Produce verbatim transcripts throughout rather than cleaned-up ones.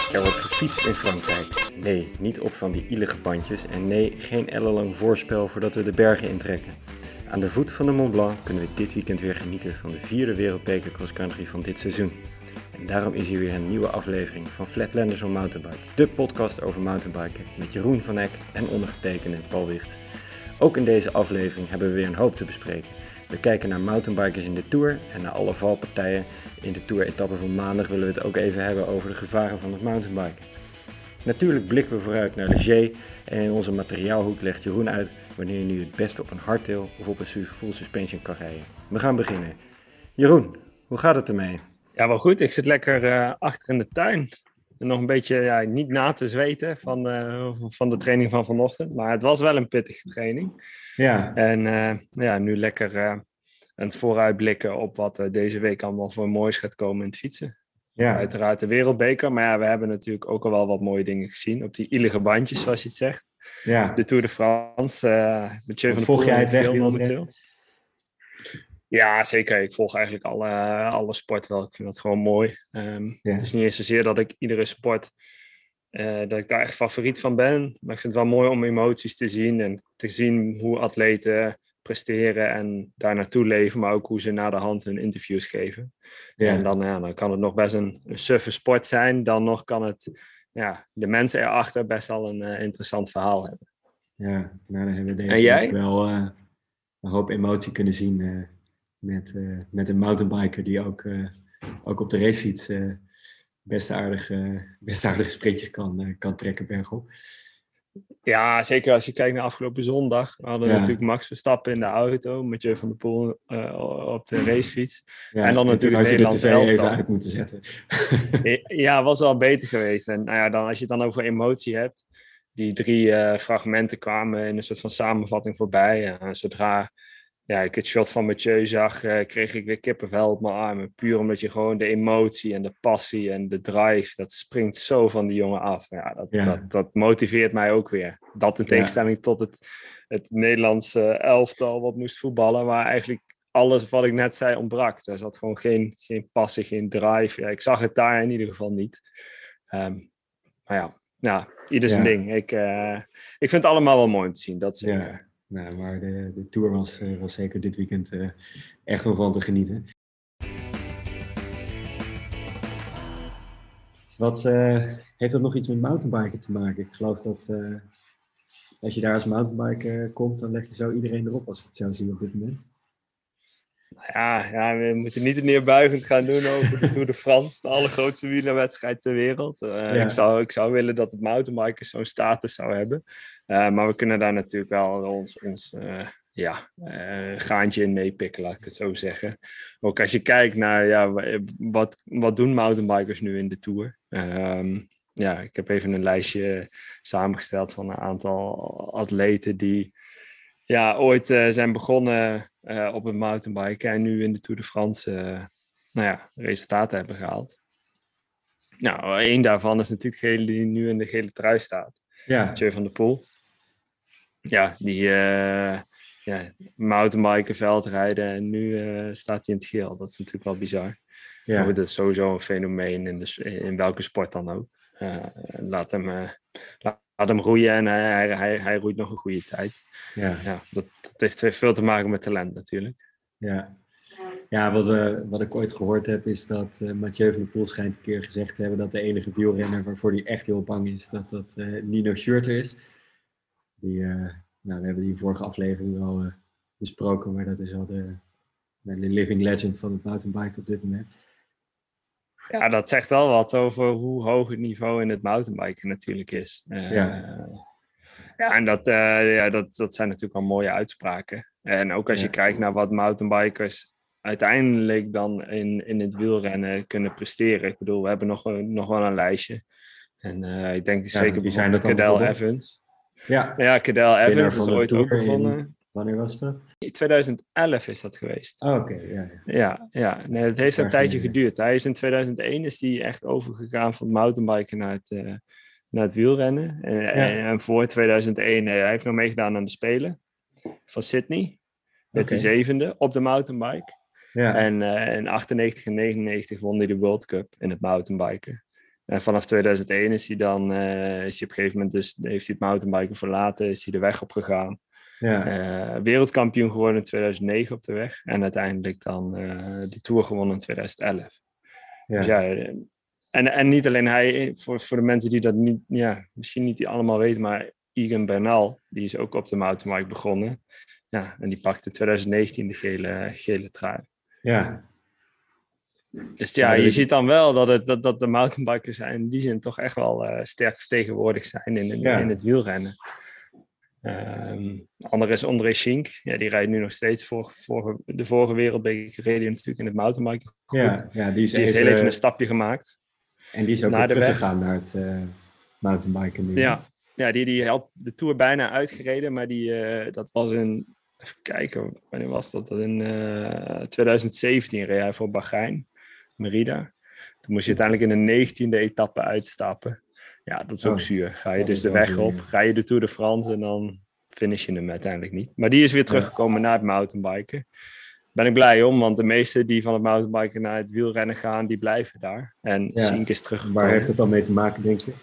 Er wordt gefietst in Frankrijk. Nee, niet op van die ielige bandjes. En nee, geen ellenlang voorspel voordat we de bergen intrekken. Aan de voet van de Mont Blanc kunnen we dit weekend weer genieten van de vierde wereldbeker cross country van dit seizoen. En daarom is hier weer een nieuwe aflevering van Flatlanders on Mountainbike. De podcast over mountainbiken met Jeroen van Eck en ondergetekende Paul Wicht. Ook in deze aflevering hebben we weer een hoop te bespreken. We kijken naar mountainbikers in de Tour en naar alle valpartijen. In de Tour-etappe van maandag willen we het ook even hebben over de gevaren van het mountainbiken. Natuurlijk blikken we vooruit naar Le Ger en in onze materiaalhoek legt Jeroen uit wanneer je nu het beste op een hardtail of op een full suspension kan rijden. We gaan beginnen. Jeroen, hoe gaat het ermee? Ja, wel goed. Ik zit lekker uh, achter in de tuin. En nog een beetje ja, niet na te zweten van, uh, van de training van vanochtend. Maar het was wel een pittige training. Ja. En uh, ja, nu lekker uh, aan het vooruitblikken op wat uh, deze week allemaal voor moois gaat komen in het fietsen. Ja. Uiteraard de wereldbeker. Maar ja, we hebben natuurlijk ook al wel wat mooie dingen gezien. Op die ielige bandjes, zoals je het zegt. Ja. De Tour de France. Uh, Mathieu van der Volg jij het weg momenteel. Ja, zeker. Ik volg eigenlijk alle, alle sport wel. Ik vind dat gewoon mooi. Um, ja. Het is niet eens zozeer dat ik iedere sport, uh, dat ik daar echt favoriet van ben. Maar ik vind het wel mooi om emoties te zien en te zien hoe atleten presteren en daar naartoe leven, maar ook hoe ze na de hand hun interviews geven. Ja. En dan, ja, dan kan het nog best een, een suffe sport zijn. Dan nog kan het, ja, de mensen erachter best wel een uh, interessant verhaal hebben. Ja, nou dan hebben we deze week wel uh, een hoop emotie kunnen zien uh, met, uh, met een mountainbiker die ook, uh, ook op de racefiets uh, best aardige, best aardige sprintjes kan, uh, kan trekken bergop. Ja, zeker als je kijkt naar afgelopen zondag. We hadden ja. natuurlijk Max Verstappen in de auto, Mathieu van der Poel uh, op de racefiets. Ja, en dan en natuurlijk het Nederlandse elftal. Even uit moeten zetten. Ja, was wel beter geweest. En nou ja, dan, als je het dan over emotie hebt. Die drie uh, fragmenten kwamen in een soort van samenvatting voorbij. Uh, zodra ja, ik het shot van Mathieu zag, uh, kreeg ik weer kippenvel op mijn armen. Puur omdat je gewoon de emotie en de passie en de drive, dat springt zo van die jongen af. Ja, dat, ja. dat, dat motiveert mij ook weer. Dat in tegenstelling ja. tot het, het Nederlandse elftal wat moest voetballen, waar eigenlijk alles wat ik net zei ontbrak. Er zat gewoon geen, geen passie, geen drive. Ja, ik zag het daar in ieder geval niet. Um, maar ja, ja ieder zijn ja. ding. Ik, uh, ik vind het allemaal wel mooi om te zien, dat zeker. Ja. Nou, maar de, de Tour was, uh, was zeker dit weekend uh, echt wel van te genieten. Wat uh, heeft dat nog iets met mountainbiken te maken? Ik geloof dat uh, als je daar als mountainbiker komt, dan leg je zo iedereen erop als ik het zo zie op dit moment. Ja, ja, we moeten niet te neerbuigend gaan doen over de Tour de France, de allergrootste wielerwedstrijd ter wereld. Uh, ja. ik, zou, ik zou willen dat het mountainbiken zo'n status zou hebben. Uh, maar we kunnen daar natuurlijk wel ons, ons uh, ja, uh, gaantje in meepikken, laat ik het zo zeggen. Ook als je kijkt naar ja, wat, wat doen mountainbikers nu in de Tour. Um, ja, ik heb even een lijstje samengesteld van een aantal atleten die ja, ooit uh, zijn begonnen uh, op het mountainbiken en nu in de Tour de France uh, nou ja, resultaten hebben gehaald. Nou, één daarvan is natuurlijk degene die nu in de gele trui staat. Ja. Mathieu van der Poel. Ja, die uh, ja, mountainbiken, veldrijden en nu uh, staat hij in het geel. Dat is natuurlijk wel bizar. Ja. Maar goed, dat is sowieso een fenomeen in, de, in welke sport dan ook. Uh, laat, hem, uh, laat hem roeien en hij, hij, hij roeit nog een goede tijd. Ja. Ja, dat, dat heeft veel te maken met talent natuurlijk. Ja, ja wat, we, wat ik ooit gehoord heb is dat uh, Mathieu van der Poel schijnt een keer gezegd te hebben dat de enige wielrenner waarvoor hij echt heel bang is, dat dat uh, Nino Schurter is. Die, uh, nou, we hebben die vorige aflevering al uh, besproken, maar dat is al de, de living legend van het mountainbike op dit moment. Ja, dat zegt wel wat over hoe hoog het niveau in het mountainbiken natuurlijk is. Uh, ja. Ja, en dat, uh, ja, dat, dat zijn natuurlijk wel mooie uitspraken. En ook als ja. je kijkt naar wat mountainbikers uiteindelijk dan in, in het wielrennen kunnen presteren. Ik bedoel, we hebben nog, nog wel een lijstje. En uh, ik denk ja, zeker bijvoorbeeld Cadel Evans. Ja, ja Cadel Evans is ooit ook begonnen. In, wanneer was dat? In twintig elf is dat geweest. Oh, oké. Okay, ja, ja. ja, ja. Nee, het heeft een tijdje geduurd. Hij is in tweeduizend één is hij echt overgegaan van het mountainbiken naar het... Uh, naar het wielrennen. En, ja. en, en voor tweeduizend één, hij heeft nog meegedaan aan de Spelen van Sydney. Werd okay. hij zevende op de mountainbike. Ja. En uh, in achtennegentig en negenennegentig won hij de World Cup in het mountainbiken. En vanaf tweeduizend één is hij dan, uh, is hij op een gegeven moment dus, heeft hij het mountainbiken verlaten, is hij de weg op gegaan. Ja. Uh, wereldkampioen geworden in tweeduizend negen op de weg. En uiteindelijk dan uh, de Tour gewonnen in tweeduizend elf. Ja. Dus ja, en, en niet alleen hij, voor, voor de mensen die dat niet, ja, misschien niet die allemaal weten, maar Egan Bernal, die is ook op de mountainbike begonnen. Ja, en die pakte in tweeduizend negentien de gele, gele trui. Ja. Dus ja, je ziet dan wel dat, het, dat, dat de mountainbikers zijn in die zin toch echt wel uh, sterk vertegenwoordigd zijn in, in, ja. in het wielrennen. Um, andere is André Schink. Ja, die rijdt nu nog steeds voor, voor de vorige wereldbeker reden natuurlijk in het mountainbiken. Ja, ja, die, is die even, heeft heel even een stapje gemaakt. En die is ook weer teruggegaan naar het uh, mountainbiken nu. Ja, ja die, die had de Tour bijna uitgereden, maar die, uh, dat was in, even kijken, wanneer was dat? Dat in uh, tweeduizend zeventien reed hij voor Bahrein, Merida. Toen moest je uiteindelijk in de negentiende etappe uitstappen. Ja, dat is ook oh, zuur. Ga je dus de weg zuur, op, ja. Ga je de Tour de France en dan finish je hem uiteindelijk niet. Maar die is weer teruggekomen ja. naar het mountainbiken. Ben ik blij om, want de meesten die van het mountainbiken naar het wielrennen gaan, die blijven daar. En ja. Sink is teruggekomen. Waar heeft het dan mee te maken, denk je?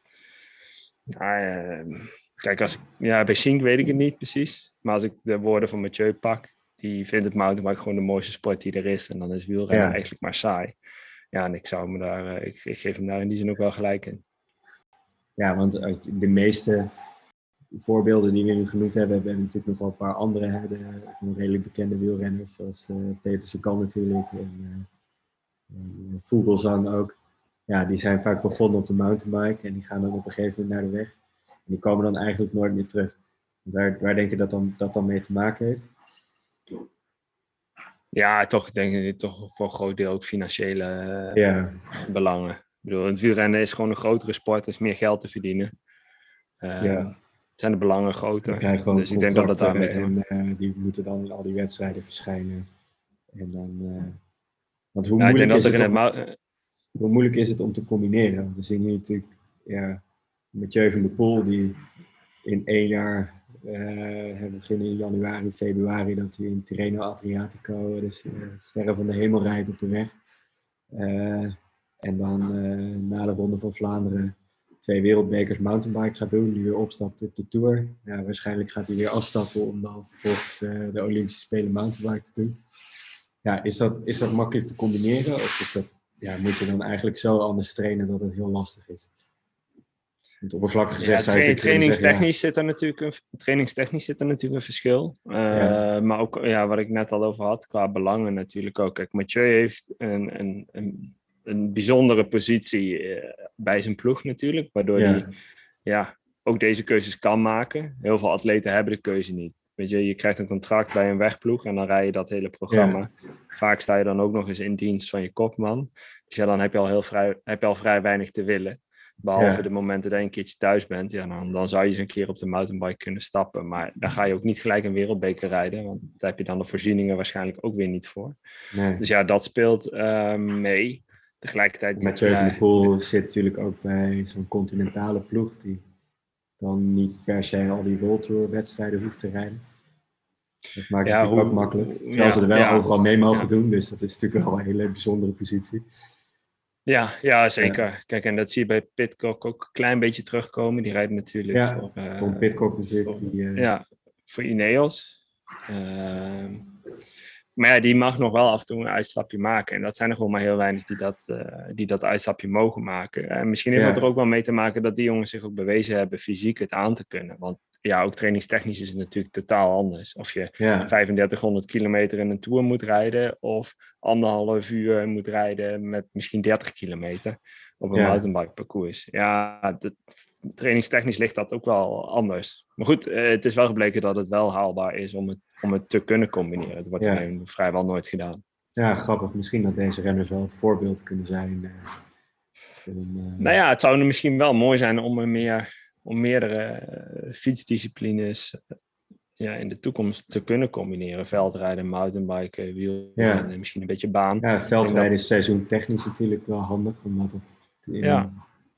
Nou, uh, kijk, als ik, ja, bij Sink weet ik het niet precies. Maar als ik de woorden van Mathieu pak, die vindt het mountainbike gewoon de mooiste sport die er is. En dan is wielrennen ja. eigenlijk maar saai. Ja, en ik zou me daar, uh, ik, ik geef hem daar in die zin ook wel gelijk in. Ja, want de meeste voorbeelden die we nu genoemd hebben, hebben we natuurlijk nog wel een paar andere, hè, de, de redelijk bekende wielrenners, zoals uh, Peter Sagan natuurlijk, en uh, Vogelsang ook. Ja, die zijn vaak begonnen op de mountainbike en die gaan dan op een gegeven moment naar de weg. En die komen dan eigenlijk nooit meer terug. Waar, waar denk je dat dan, dat dan mee te maken heeft? Ja, toch denk ik toch voor een groot deel ook financiële uh, ja. belangen. Ik bedoel, het wielrennen is gewoon een grotere sport, er is meer geld te verdienen. Uh, ja. Zijn de belangen groter. Dus ik denk dat dat daarmee te maken. En uh, die moeten dan in al die wedstrijden verschijnen. En dan, uh, want hoe, ja, moeilijk is het om, ma- hoe moeilijk is het om te combineren? Want we zien hier natuurlijk ja, Mathieu van der Poel die in één jaar, uh, begin in januari, februari, dat hij in Tirreno Adriatico, dus uh, Sterren van de Hemel rijdt op de weg. Uh, en dan uh, na de Ronde van Vlaanderen twee wereldbekers mountainbike gaat doen, die weer opstapt op de Tour. Ja, waarschijnlijk gaat hij weer afstappen om dan vervolgens uh, de Olympische Spelen mountainbike te doen. Ja, is dat, is dat makkelijk te combineren? Of is dat, ja, moet je dan eigenlijk zo anders trainen dat het heel lastig is? Want oppervlakkig gezegd... Ja, tra- trainingstechnisch, zeggen, ja. zit er natuurlijk een, trainingstechnisch zit er natuurlijk een verschil. Uh, ja. Maar ook, ja, wat ik net al over had, qua belangen natuurlijk ook. Kijk, Mathieu heeft een... een, een een bijzondere positie uh, bij zijn ploeg natuurlijk, waardoor ja. hij ja, ook deze keuzes kan maken. Heel veel atleten hebben de keuze niet. Weet je, je krijgt een contract bij een wegploeg en dan rij je dat hele programma. Ja. Vaak sta je dan ook nog eens in dienst van je kopman. Dus ja, dan heb je al, heel vrij, heb je al vrij weinig te willen. Behalve ja. de momenten dat je een keertje thuis bent. Ja, dan, dan zou je eens een keer op de mountainbike kunnen stappen. Maar dan ga je ook niet gelijk een wereldbeker rijden. Want daar heb je dan de voorzieningen waarschijnlijk ook weer niet voor. Nee. Dus ja, dat speelt uh, mee. Tegelijkertijd... Mathieu van der Poel zit natuurlijk ook bij zo'n continentale ploeg die dan niet per se al die World Tour wedstrijden hoeft te rijden. Dat maakt ja, het natuurlijk hoe, ook makkelijk. Terwijl ja, ze er wel ja, overal mee mogen ja. doen, dus dat is natuurlijk wel een hele bijzondere positie. Ja, ja zeker. Ja. Kijk, en dat zie je bij Pidcock ook een klein beetje terugkomen. Die rijdt natuurlijk ja, voor... Uh, Tom Pidcock natuurlijk. Voor, die, uh... Ja, voor Ineos. Uh, Maar ja, die mag nog wel af en toe een uitstapje maken. En dat zijn er gewoon maar heel weinig die dat, uh, die dat uitstapje mogen maken. En misschien heeft ja. dat er ook wel mee te maken dat die jongens zich ook bewezen hebben fysiek het aan te kunnen. Want ja, ook trainingstechnisch is het natuurlijk totaal anders. Of je ja. vijfendertighonderd kilometer in een Tour moet rijden of anderhalf uur moet rijden met misschien dertig kilometer op een ja. mountainbike parcours. Ja, de, trainingstechnisch ligt dat ook wel anders. Maar goed, uh, het is wel gebleken dat het wel haalbaar is om het, om het te kunnen combineren. Het wordt ja. alleen vrijwel nooit gedaan. Ja, grappig. Misschien dat deze renners wel het voorbeeld kunnen zijn. Uh, om, uh... Nou ja, het zou misschien wel mooi zijn om, er meer, om meerdere uh, fietsdisciplines uh, ja, in de toekomst te kunnen combineren. Veldrijden, mountainbiken, wielrennen, ja. misschien een beetje baan. Ja, veldrijden dat... is seizoentechnisch natuurlijk wel handig, omdat het in, ja.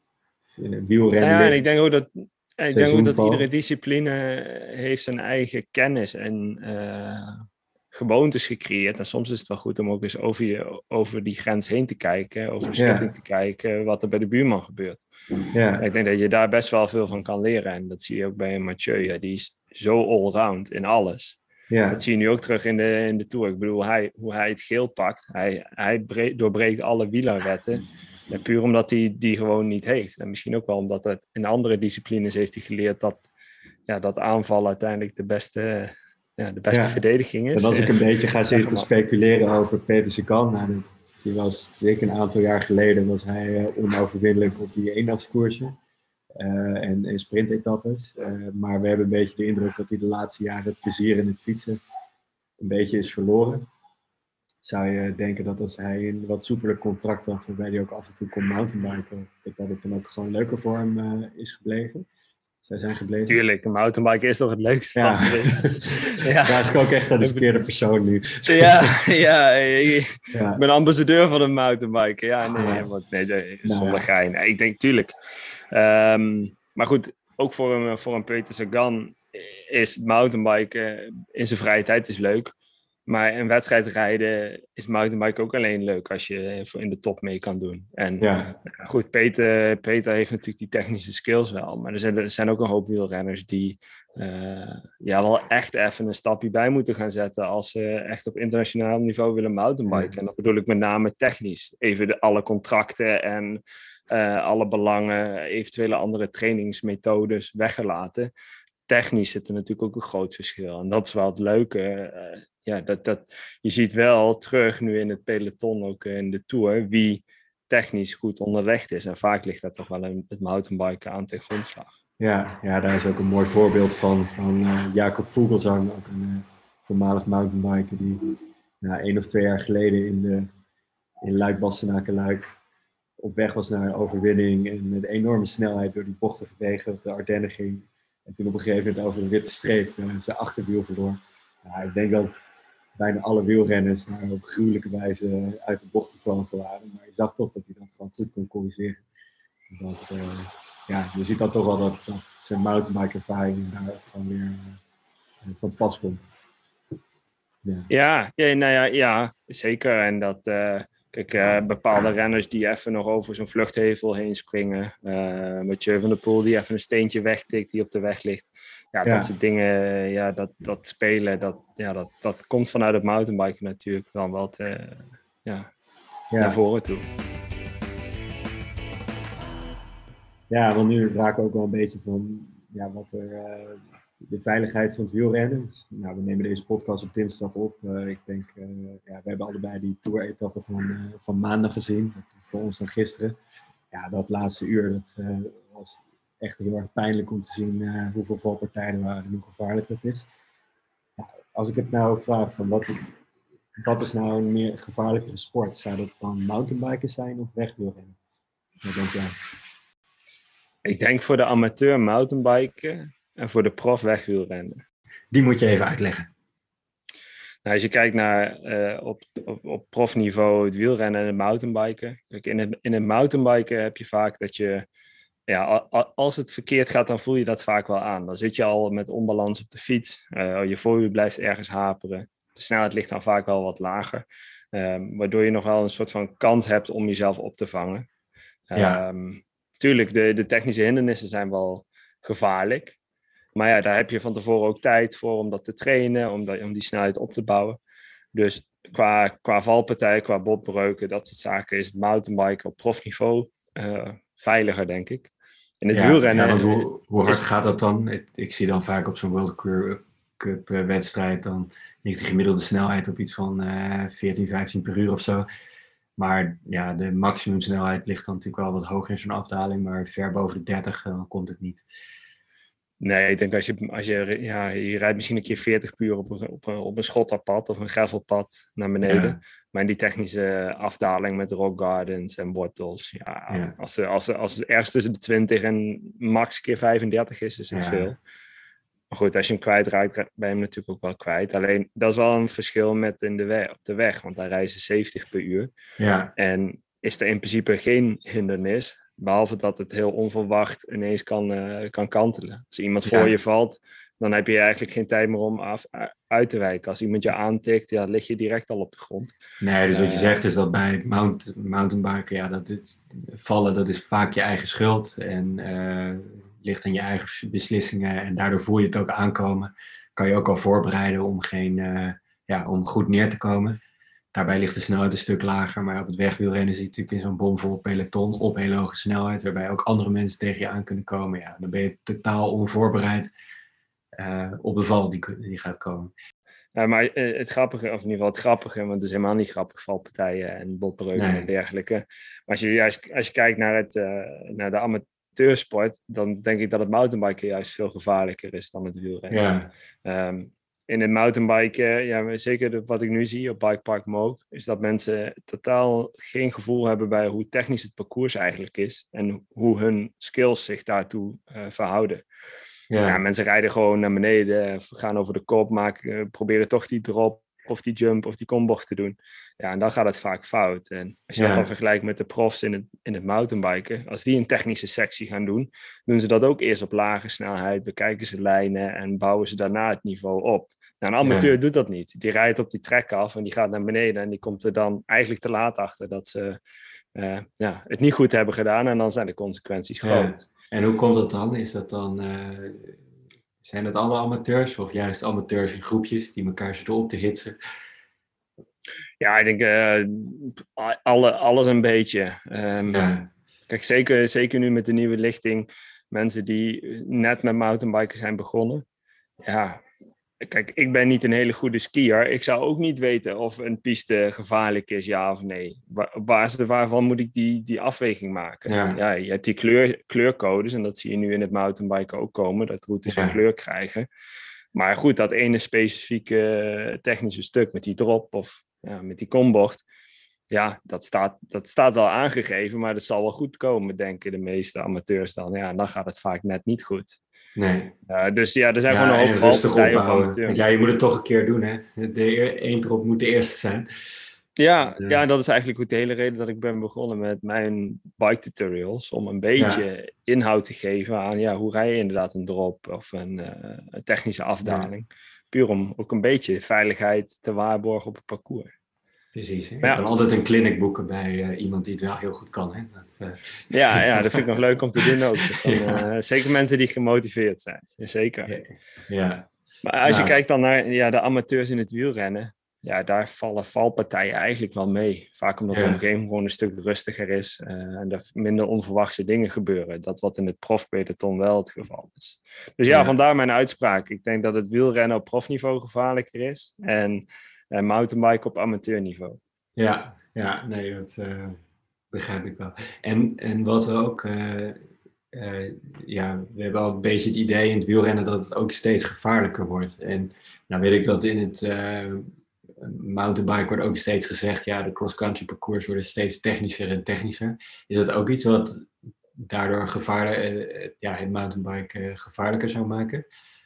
in wielrennen ja, en ik denk ook dat ik denk ook dat iedere discipline heeft zijn eigen kennis en uh, gewoontes gecreëerd. En soms is het wel goed om ook eens over, je, over die grens heen te kijken, over de schutting ja. te kijken, wat er bij de buurman gebeurt. Ja. Ik denk dat je daar best wel veel van kan leren. En dat zie je ook bij Mathieu. Ja, die is zo allround in alles. Ja. Dat zie je nu ook terug in de, in de Tour. Ik bedoel, hij, hoe hij het geel pakt. Hij, hij breekt, doorbreekt alle wielerwetten. Ja, puur omdat hij die gewoon niet heeft. En misschien ook wel omdat het in andere disciplines heeft hij geleerd dat, ja, dat aanvallen uiteindelijk de beste, ja, de beste ja. verdediging is. En als ik een beetje ga zitten speculeren over Peter Sagan, nou, die was zeker een aantal jaar geleden was hij uh, onoverwinnelijk op die eendagskoersen uh, en, en sprintetappes. Uh, maar we hebben een beetje de indruk dat hij de laatste jaren het plezier in het fietsen een beetje is verloren. Zou je denken dat als hij een wat soepeler contract had, waarbij hij ook af en toe kon mountainbiken, dat dat het dan ook gewoon leuker voor hem uh, is gebleven? Zij zijn gebleven? Tuurlijk, een mountainbiken is toch het leukste ja. wat er is. Ja, ja ik ook echt aan de verkeerde persoon nu. Ja, ja, ik ja. ben ambassadeur van een mountainbiken. Ja, nee, ja. Want, nee, nee zonder nou, gein. Nee, ik denk, tuurlijk. Um, maar goed, ook voor een, voor een Peter Sagan is het mountainbiken in zijn vrije tijd is leuk. Maar een wedstrijd rijden is mountainbiken ook alleen leuk als je in de top mee kan doen. En ja. goed, Peter, Peter heeft natuurlijk die technische skills wel. Maar er zijn, er zijn ook een hoop wielrenners die uh, ja, wel echt even een stapje bij moeten gaan zetten als ze echt op internationaal niveau willen mountainbiken. Ja. En dat bedoel ik met name technisch. Even de, alle contracten en uh, alle belangen, eventuele andere trainingsmethodes weggelaten. Technisch zit er natuurlijk ook een groot verschil. En dat is wel het leuke. Uh, ja, dat, dat, je ziet wel terug nu in het peloton, ook in de Tour, wie technisch goed onderlegd is. En vaak ligt dat toch wel in het mountainbiken aan ten grondslag. Ja, ja, daar is ook een mooi voorbeeld van, van uh, Jacob Vogelsang, ook een uh, voormalig mountainbiker die nou, één of twee jaar geleden in, de, in Luik-Bastenaken-Luik op weg was naar een overwinning en met enorme snelheid door die bochten verdegen op de Ardennen ging. En toen op een gegeven moment over een witte streep uh, zijn achterwiel verloor. Nou, ik denk dat bijna alle wielrenners nou, op gruwelijke wijze uit de bocht gevlogen waren. Maar je zag toch dat hij dat gewoon goed kon corrigeren. Dat, uh, ja, je ziet dan toch wel dat, dat zijn mountainbike ervaring daar gewoon weer uh, van pas komt. Ja, ja, ja, nou ja, ja zeker. En dat... Uh... Kijk, uh, bepaalde renners die even nog over zo'n vluchtheuvel heen springen. Uh, Mathieu van der Poel die even een steentje wegtikt die op de weg ligt. Ja, ja. Dat soort dingen, ja, dat, dat spelen, dat, ja, dat, dat komt vanuit het mountainbiken natuurlijk dan wel te, ja, ja. naar voren toe. Ja, want nu raken we ook wel een beetje van ja, wat er... Uh... de veiligheid van het wielrennen. Nou, we nemen deze podcast op dinsdag op. Uh, ik denk, uh, ja, we hebben allebei die tour-etappe van, uh, van maandag gezien. Voor ons dan gisteren. Ja, dat laatste uur, dat uh, was echt heel erg pijnlijk om te zien uh, hoeveel valpartijen er waren en hoe gevaarlijk dat is. Ja, als ik het nou vraag van wat, het, wat is nou een meer gevaarlijkere sport? Zou dat dan mountainbiken zijn of wegwielrennen? Wat denk jij? Ik denk voor de amateur mountainbiken en voor de prof wegwielrennen. Die moet je even uitleggen. Nou, als je kijkt naar uh, op, op, op profniveau het wielrennen en het mountainbiken. Kijk, in, het, in het mountainbiken heb je vaak dat je... Ja, als het verkeerd gaat, dan voel je dat vaak wel aan. Dan zit je al met onbalans op de fiets. Uh, je voorwiel blijft ergens haperen. De snelheid ligt dan vaak wel wat lager. Um, waardoor je nog wel een soort van kans hebt om jezelf op te vangen. Ja. Um, tuurlijk, de, de technische hindernissen zijn wel gevaarlijk. Maar ja, daar heb je van tevoren ook tijd voor om dat te trainen, om, dat, om die snelheid op te bouwen. Dus qua, qua valpartij, qua botbreuken, dat soort zaken is het mountainbiken op profniveau uh, veiliger, denk ik. In het ja, wielrennen... Ja, want hoe, hoe hard is, gaat dat dan? Ik, ik zie dan vaak op zo'n World Cup uh, wedstrijd, dan ligt de gemiddelde snelheid op iets van uh, veertien, vijftien per uur of zo. Maar ja, de maximumsnelheid ligt dan natuurlijk wel wat hoger in zo'n afdaling, maar ver boven de dertig, dan komt het niet. Nee, ik denk als je, als je, ja, je rijdt misschien een keer veertig per uur op een, op een, op een schotterpad of een gravelpad naar beneden. Ja. Maar in die technische afdaling met rock gardens en wortels, ja, ja. Als, er, als, er, als het ergens tussen de twintig en max keer vijfendertig is, is het ja. veel. Maar goed, als je hem kwijtraakt, ben je hem natuurlijk ook wel kwijt. Alleen, dat is wel een verschil met in de we- op de weg, want daar rijden ze zeventig per uur. Ja. En is er in principe geen hindernis, behalve dat het heel onverwacht ineens kan, uh, kan kantelen. Als iemand voor ja. je valt, dan heb je eigenlijk geen tijd meer om af, uit te wijken. Als iemand je aantikt, ja, lig je direct al op de grond. Nee, dus wat je Uh, zegt is dat bij het mount, mountainbiken, ja, dat het, vallen, dat is vaak je eigen schuld. En uh, ligt aan je eigen beslissingen. En daardoor voel je het ook aankomen. Kan je ook al voorbereiden om, geen, uh, ja, om goed neer te komen. Daarbij ligt de snelheid een stuk lager. Maar op het wegwielrennen zit je natuurlijk in zo'n bomvol peloton op hele hoge snelheid. Waarbij ook andere mensen tegen je aan kunnen komen. Ja, dan ben je totaal onvoorbereid uh, op de val die, die gaat komen. Ja, maar het grappige, of in ieder geval het grappige, want het is helemaal niet grappig, valpartijen en botbreuken nee. en dergelijke. Maar als je juist als je kijkt naar, het, uh, naar de amateursport, dan denk ik dat het mountainbiken juist veel gevaarlijker is dan het wielrennen. Ja. Um, in het mountainbiken, ja, zeker de, wat ik nu zie op Bikepark Moog, is dat mensen totaal geen gevoel hebben bij hoe technisch het parcours eigenlijk is en hoe hun skills zich daartoe uh, verhouden. Ja. Ja, mensen rijden gewoon naar beneden, gaan over de kop, maken, proberen toch die drop of die jump of die kombocht te doen. Ja, en dan gaat het vaak fout. En als je ja. dat dan vergelijkt met de profs in het, in het mountainbiken, als die een technische sectie gaan doen, doen ze dat ook eerst op lage snelheid, bekijken ze lijnen en bouwen ze daarna het niveau op. Nou, een amateur ja. doet dat niet. Die rijdt op die trek af en die gaat naar beneden en die komt er dan eigenlijk te laat achter dat ze uh, ja, het niet goed hebben gedaan en dan zijn de consequenties groot. Ja. En hoe komt dat dan? Is dat dan uh, zijn het alle amateurs of juist amateurs in groepjes die elkaar zitten op te hitsen? Ja, ik denk uh, alle, alles een beetje. Um, ja. Kijk, zeker, zeker nu met de nieuwe lichting, mensen die net met mountainbiken zijn begonnen. Ja, kijk, ik ben niet een hele goede skier. Ik zou ook niet weten of een piste gevaarlijk is, ja of nee. Op basis waarvan moet ik die, die afweging maken? Ja. Ja, je hebt die kleur, kleurcodes en dat zie je nu in het mountainbiken ook komen, dat routes ja. een kleur krijgen. Maar goed, dat ene specifieke technische stuk met die drop of ja, met die kombocht, ja, dat staat, dat staat wel aangegeven, maar dat zal wel goed komen, denken de meeste amateurs dan. Ja, en dan gaat het vaak net niet goed. Nee. Uh, dus ja, er zijn ja, gewoon een hoop valpartijen op amateur. Ja, je moet het toch een keer doen, hè? De één drop moet de eerste zijn. Ja, uh, ja, dat is eigenlijk ook de hele reden dat ik ben begonnen met mijn bike tutorials. Om een beetje ja. inhoud te geven aan, ja, hoe rij je inderdaad een drop of een, uh, een technische afdaling. Ja. Puur om ook een beetje veiligheid te waarborgen op het parcours. Precies. Je ja. kan altijd een clinic boeken bij uh, iemand die het wel heel goed kan. Hè? Dat, uh... ja, ja, dat vind ik nog leuk om te doen ook. Dus dan, ja. uh, zeker mensen die gemotiveerd zijn. Zeker. Ja. ja. Maar als nou. je kijkt dan naar ja, de amateurs in het wielrennen. Ja, daar vallen valpartijen eigenlijk wel mee. Vaak omdat ja. de omgeving gewoon een stuk rustiger is. Uh, en er minder onverwachte dingen gebeuren. Dat wat in het profpeloton wel het geval is. Dus ja, ja, vandaar mijn uitspraak. Ik denk dat het wielrennen op profniveau gevaarlijker is. En uh, mountainbike op amateurniveau. Ja, ja, nee, dat uh, begrijp ik wel. En, en wat we ook... Uh, uh, ja, we hebben al een beetje het idee in het wielrennen dat het ook steeds gevaarlijker wordt. En nou weet ik dat in het... Uh, mountainbike wordt ook steeds gezegd, ja, de cross-country parcours worden steeds technischer en technischer. Is dat ook iets wat daardoor gevaarlijk, uh, ja, het mountainbike uh, gevaarlijker zou maken?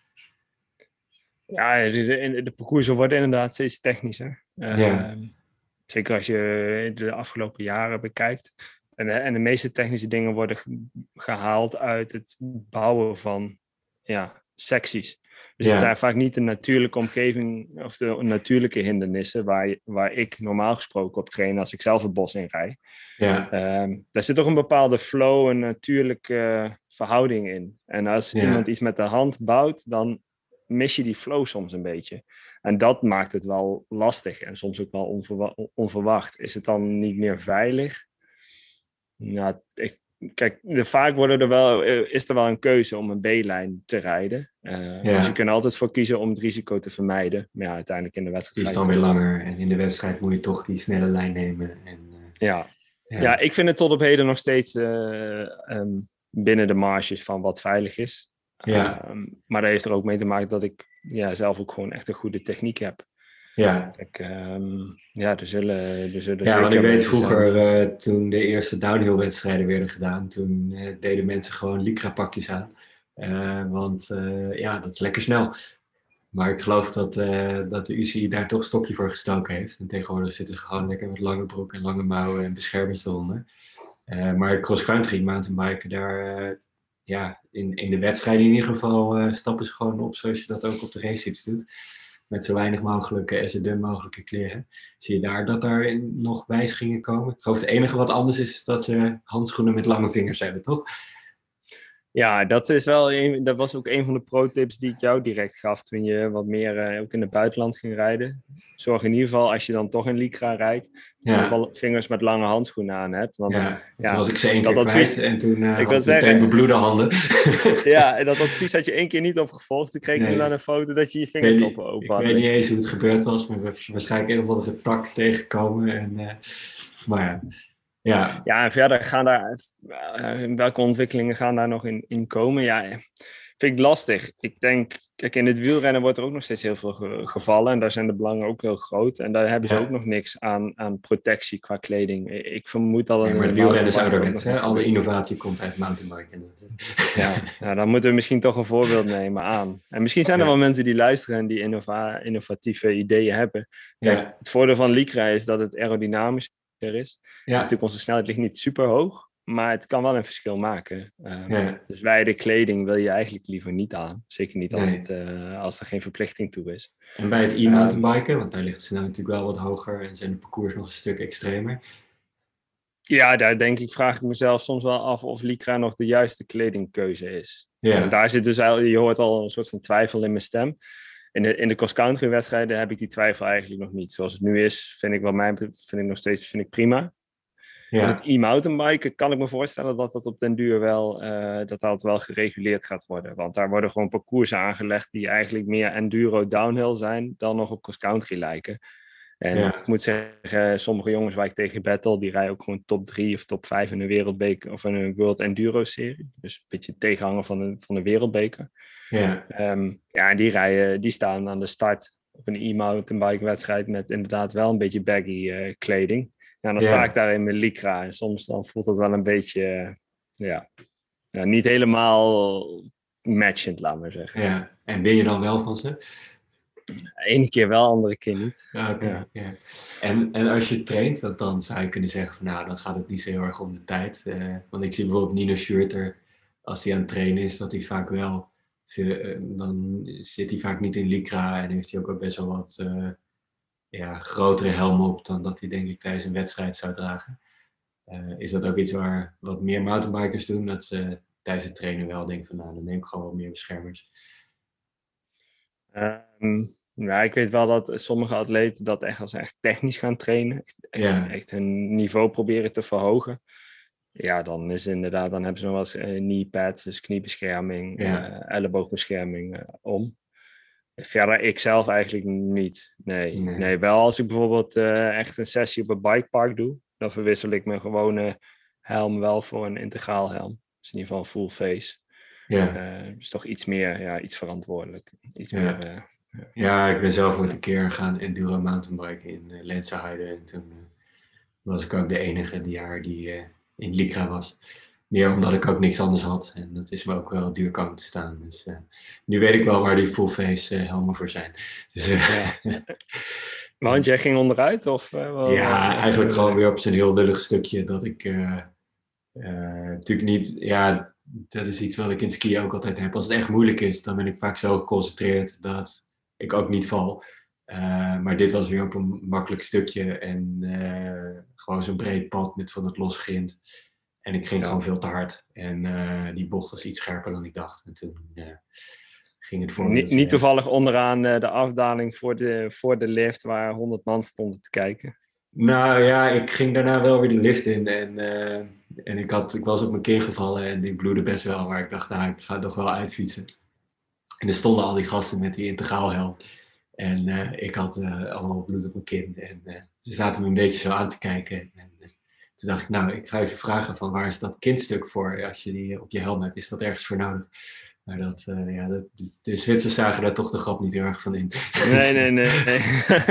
Ja, de, de, de parcoursen worden inderdaad steeds technischer. Uh, ja. Zeker als je de afgelopen jaren bekijkt. En de, en de meeste technische dingen worden gehaald uit het bouwen van ja, secties. Dus ja. het zijn vaak niet de natuurlijke omgeving of de natuurlijke hindernissen waar, waar ik normaal gesproken op train als ik zelf het bos in rijd. Ja. Um, daar zit toch een bepaalde flow, een natuurlijke uh, verhouding in. En als ja. iemand iets met de hand bouwt, dan mis je die flow soms een beetje. En dat maakt het wel lastig en soms ook wel onverwa- onverwacht. Is het dan niet meer veilig? Nou, ik Kijk, vaak worden er wel, is er wel een keuze om een B-lijn te rijden. Uh, ja. Dus je kunt er altijd voor kiezen om het risico te vermijden. Maar ja, uiteindelijk in de wedstrijd... Die is dan weer langer. En in de wedstrijd moet je toch die snelle lijn nemen. En, uh, ja. Ja. ja, ik vind het tot op heden nog steeds uh, um, binnen de marges van wat veilig is. Ja. Um, maar dat heeft er ook mee te maken dat ik ja, zelf ook gewoon echt een goede techniek heb. Ja. Kijk, um, ja, er zullen, er zullen ja, want ik weet vroeger, uh, toen de eerste downhill-wedstrijden werden gedaan, toen uh, deden mensen gewoon Lycra-pakjes aan. Uh, want uh, ja, dat is lekker snel. Maar ik geloof dat, uh, dat de U C I daar toch een stokje voor gestoken heeft. En tegenwoordig zitten ze gewoon lekker met lange broek en lange mouwen en beschermers eronder. Uh, maar cross-country, mountainbiken, daar, uh, ja, in, in de wedstrijd in ieder geval uh, stappen ze gewoon op zoals je dat ook op de racefiets doet. Met zo weinig mogelijke en zo dun mogelijke kleren. Zie je daar dat daar nog wijzigingen komen? Ik geloof het enige wat anders is, is dat ze handschoenen met lange vingers hebben, toch? Ja, dat is wel een, dat was ook een van de pro-tips die ik jou direct gaf toen je wat meer uh, ook in het buitenland ging rijden. Zorg in ieder geval, als je dan toch in Lycra rijdt, dat ja. je in ieder geval vingers met lange handschoenen aan hebt. Want, ja, ja, toen was ik ze één keer advies, kwijt en toen uh, ik had ik zeggen, meteen bebloede handen. Ja, en dat advies had je één keer niet opgevolgd. Toen kreeg ik nee. dan een foto dat je je vingertoppen open had. Ik weet niet eens hoe het gebeurd was, maar we waarschijnlijk een of andere tak tegengekomen. En, uh, maar ja... Ja. ja, en verder gaan daar, uh, welke ontwikkelingen gaan daar nog in, in komen? Ja, vind ik lastig. Ik denk, kijk, in het wielrennen wordt er ook nog steeds heel veel ge- gevallen en daar zijn de belangen ook heel groot. En daar hebben ze ja. ook nog niks aan, aan protectie qua kleding. Ik vermoed al... Ja, maar het wielrennen is ouderwets, hè? Alle innovatie komt uit mountainbiken. Ja, ja, dan moeten we misschien toch een voorbeeld nemen aan. En misschien zijn er ja. wel mensen die luisteren en die innova- innovatieve ideeën hebben. Kijk, ja. Het voordeel van Lycra is dat het aerodynamisch is. Ja. Natuurlijk, onze snelheid ligt niet super hoog, maar het kan wel een verschil maken. Um, ja. Dus wijde kleding wil je eigenlijk liever niet aan. Zeker niet als, nee. het, uh, als er geen verplichting toe is. En bij het e-mountainbiken, um, want daar ligt de snelheid natuurlijk wel wat hoger en zijn de parcours nog een stuk extremer. Ja, daar denk ik, vraag ik mezelf soms wel af of Lycra nog de juiste kledingkeuze is. Ja. En daar zit dus, je hoort al een soort van twijfel in mijn stem. In de, in de cross-country wedstrijden heb ik die twijfel eigenlijk nog niet. Zoals het nu is, vind ik wat mij vind ik nog steeds vind ik prima. Ja. Met e-mountainbiken kan ik me voorstellen dat dat op den duur wel, uh, dat dat wel gereguleerd gaat worden. Want daar worden gewoon parcoursen aangelegd die eigenlijk meer enduro downhill zijn dan nog op cross-country lijken. En ja. ik moet zeggen, sommige jongens waar ik tegen battle, die rijden ook gewoon top drie of top vijf in een wereldbeker of in een World Enduro serie. Dus een beetje tegenhanger van de, van de wereldbeker. Ja. Um, ja, en die rijden, die staan aan de start op een e-mountainbike wedstrijd met inderdaad wel een beetje baggy uh, kleding. Ja, dan sta ja. ik daar in mijn Lycra en soms dan voelt dat wel een beetje, uh, ja, ja, niet helemaal matchend, laat maar zeggen. Ja, en win je dan wel van ze? Ene keer wel, andere keer niet. Okay, ja. Ja. En, en als je traint, dat dan zou je kunnen zeggen van nou, dan gaat het niet zo heel erg om de tijd. Uh, want ik zie bijvoorbeeld Nino Schurter, als hij aan het trainen is, dat hij vaak wel, uh, dan zit hij vaak niet in Lycra en heeft hij ook wel best wel wat uh, ja, grotere helm op dan dat hij denk ik tijdens een wedstrijd zou dragen. Uh, is dat ook iets waar wat meer mountainbikers doen, dat ze tijdens het trainen wel denken van nou, dan neem ik gewoon wat meer beschermers. Um, ja, ik weet wel dat sommige atleten dat echt als ze echt technisch gaan trainen, echt, ja. echt hun niveau proberen te verhogen. Ja, dan is inderdaad, dan hebben ze nog wel eens uh, knee pads, dus kniebescherming, ja. uh, elleboogbescherming uh, om. Verder, ik zelf eigenlijk niet. Nee. nee, nee. Wel als ik bijvoorbeeld uh, echt een sessie op een bikepark doe, dan verwissel ik mijn gewone helm wel voor een integraal helm. Dus in ieder geval een full face. Ja. Uh, dus toch iets meer, ja, iets verantwoordelijk. Iets ja. meer, uh, ja. ja, ik ben zelf ooit een keer gaan enduro mountainbiken in uh, Lenzerheide. En toen uh, was ik ook de enige die jaar die uh, in Lycra was. Meer omdat ik ook niks anders had. En dat is me ook wel duur komen te staan. Dus uh, nu weet ik wel waar die full face uh, helmen voor zijn. Dus, uh, ja. Want jij ging onderuit? Of, uh, wel, ja, eigenlijk uh, gewoon weer op zo'n heel lullig stukje dat ik uh, uh, natuurlijk niet... Ja, dat is iets wat ik in skiën ook altijd heb. Als het echt moeilijk is, dan ben ik vaak zo geconcentreerd dat ik ook niet val. Uh, maar dit was weer op een makkelijk stukje en uh, gewoon zo'n breed pad met van het los grind. En ik ging ja. gewoon veel te hard. En uh, die bocht was iets scherper dan ik dacht. En toen uh, ging het voor Niet, niet toevallig onderaan uh, de afdaling voor de, voor de lift waar honderd man stonden te kijken. Nou ja, ik ging daarna wel weer de lift in. En, uh, en ik, had, ik was op mijn kin gevallen en ik bloedde best wel. Maar ik dacht, nou, ik ga toch wel uitfietsen. En er stonden al die gasten met die integraalhelm. En uh, ik had uh, allemaal bloed op mijn kin. En uh, ze zaten me een beetje zo aan te kijken. En uh, toen dacht ik, nou, ik ga even vragen van waar is dat kindstuk voor? Als je die op je helm hebt, is dat ergens voor nodig? Maar dat, uh, ja, dat, de Zwitsers zagen daar toch de grap niet heel erg van in. Nee, nee, nee. nee.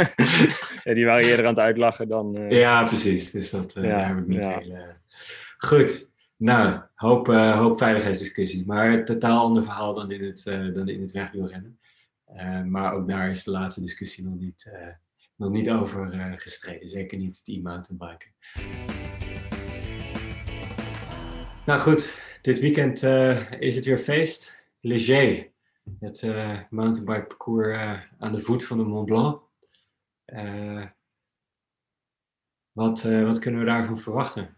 Ja, die waren eerder aan het uitlachen dan... Uh... Ja, precies. Dus dat uh, ja, heb ik niet ja. heel... Uh... Goed. Nou, hoop, uh, hoop veiligheidsdiscussies. Maar een totaal ander verhaal dan in het, uh, dan in het wegwielrennen. Uh, maar ook daar is de laatste discussie nog niet, uh, nog niet over uh, gestreden. Zeker niet het e-mountainbiken. Nou goed, dit weekend uh, is het weer feest. Léger, het uh, mountainbike parcours uh, aan de voet van de Mont Blanc. Uh, wat, uh, wat kunnen we daarvan verwachten?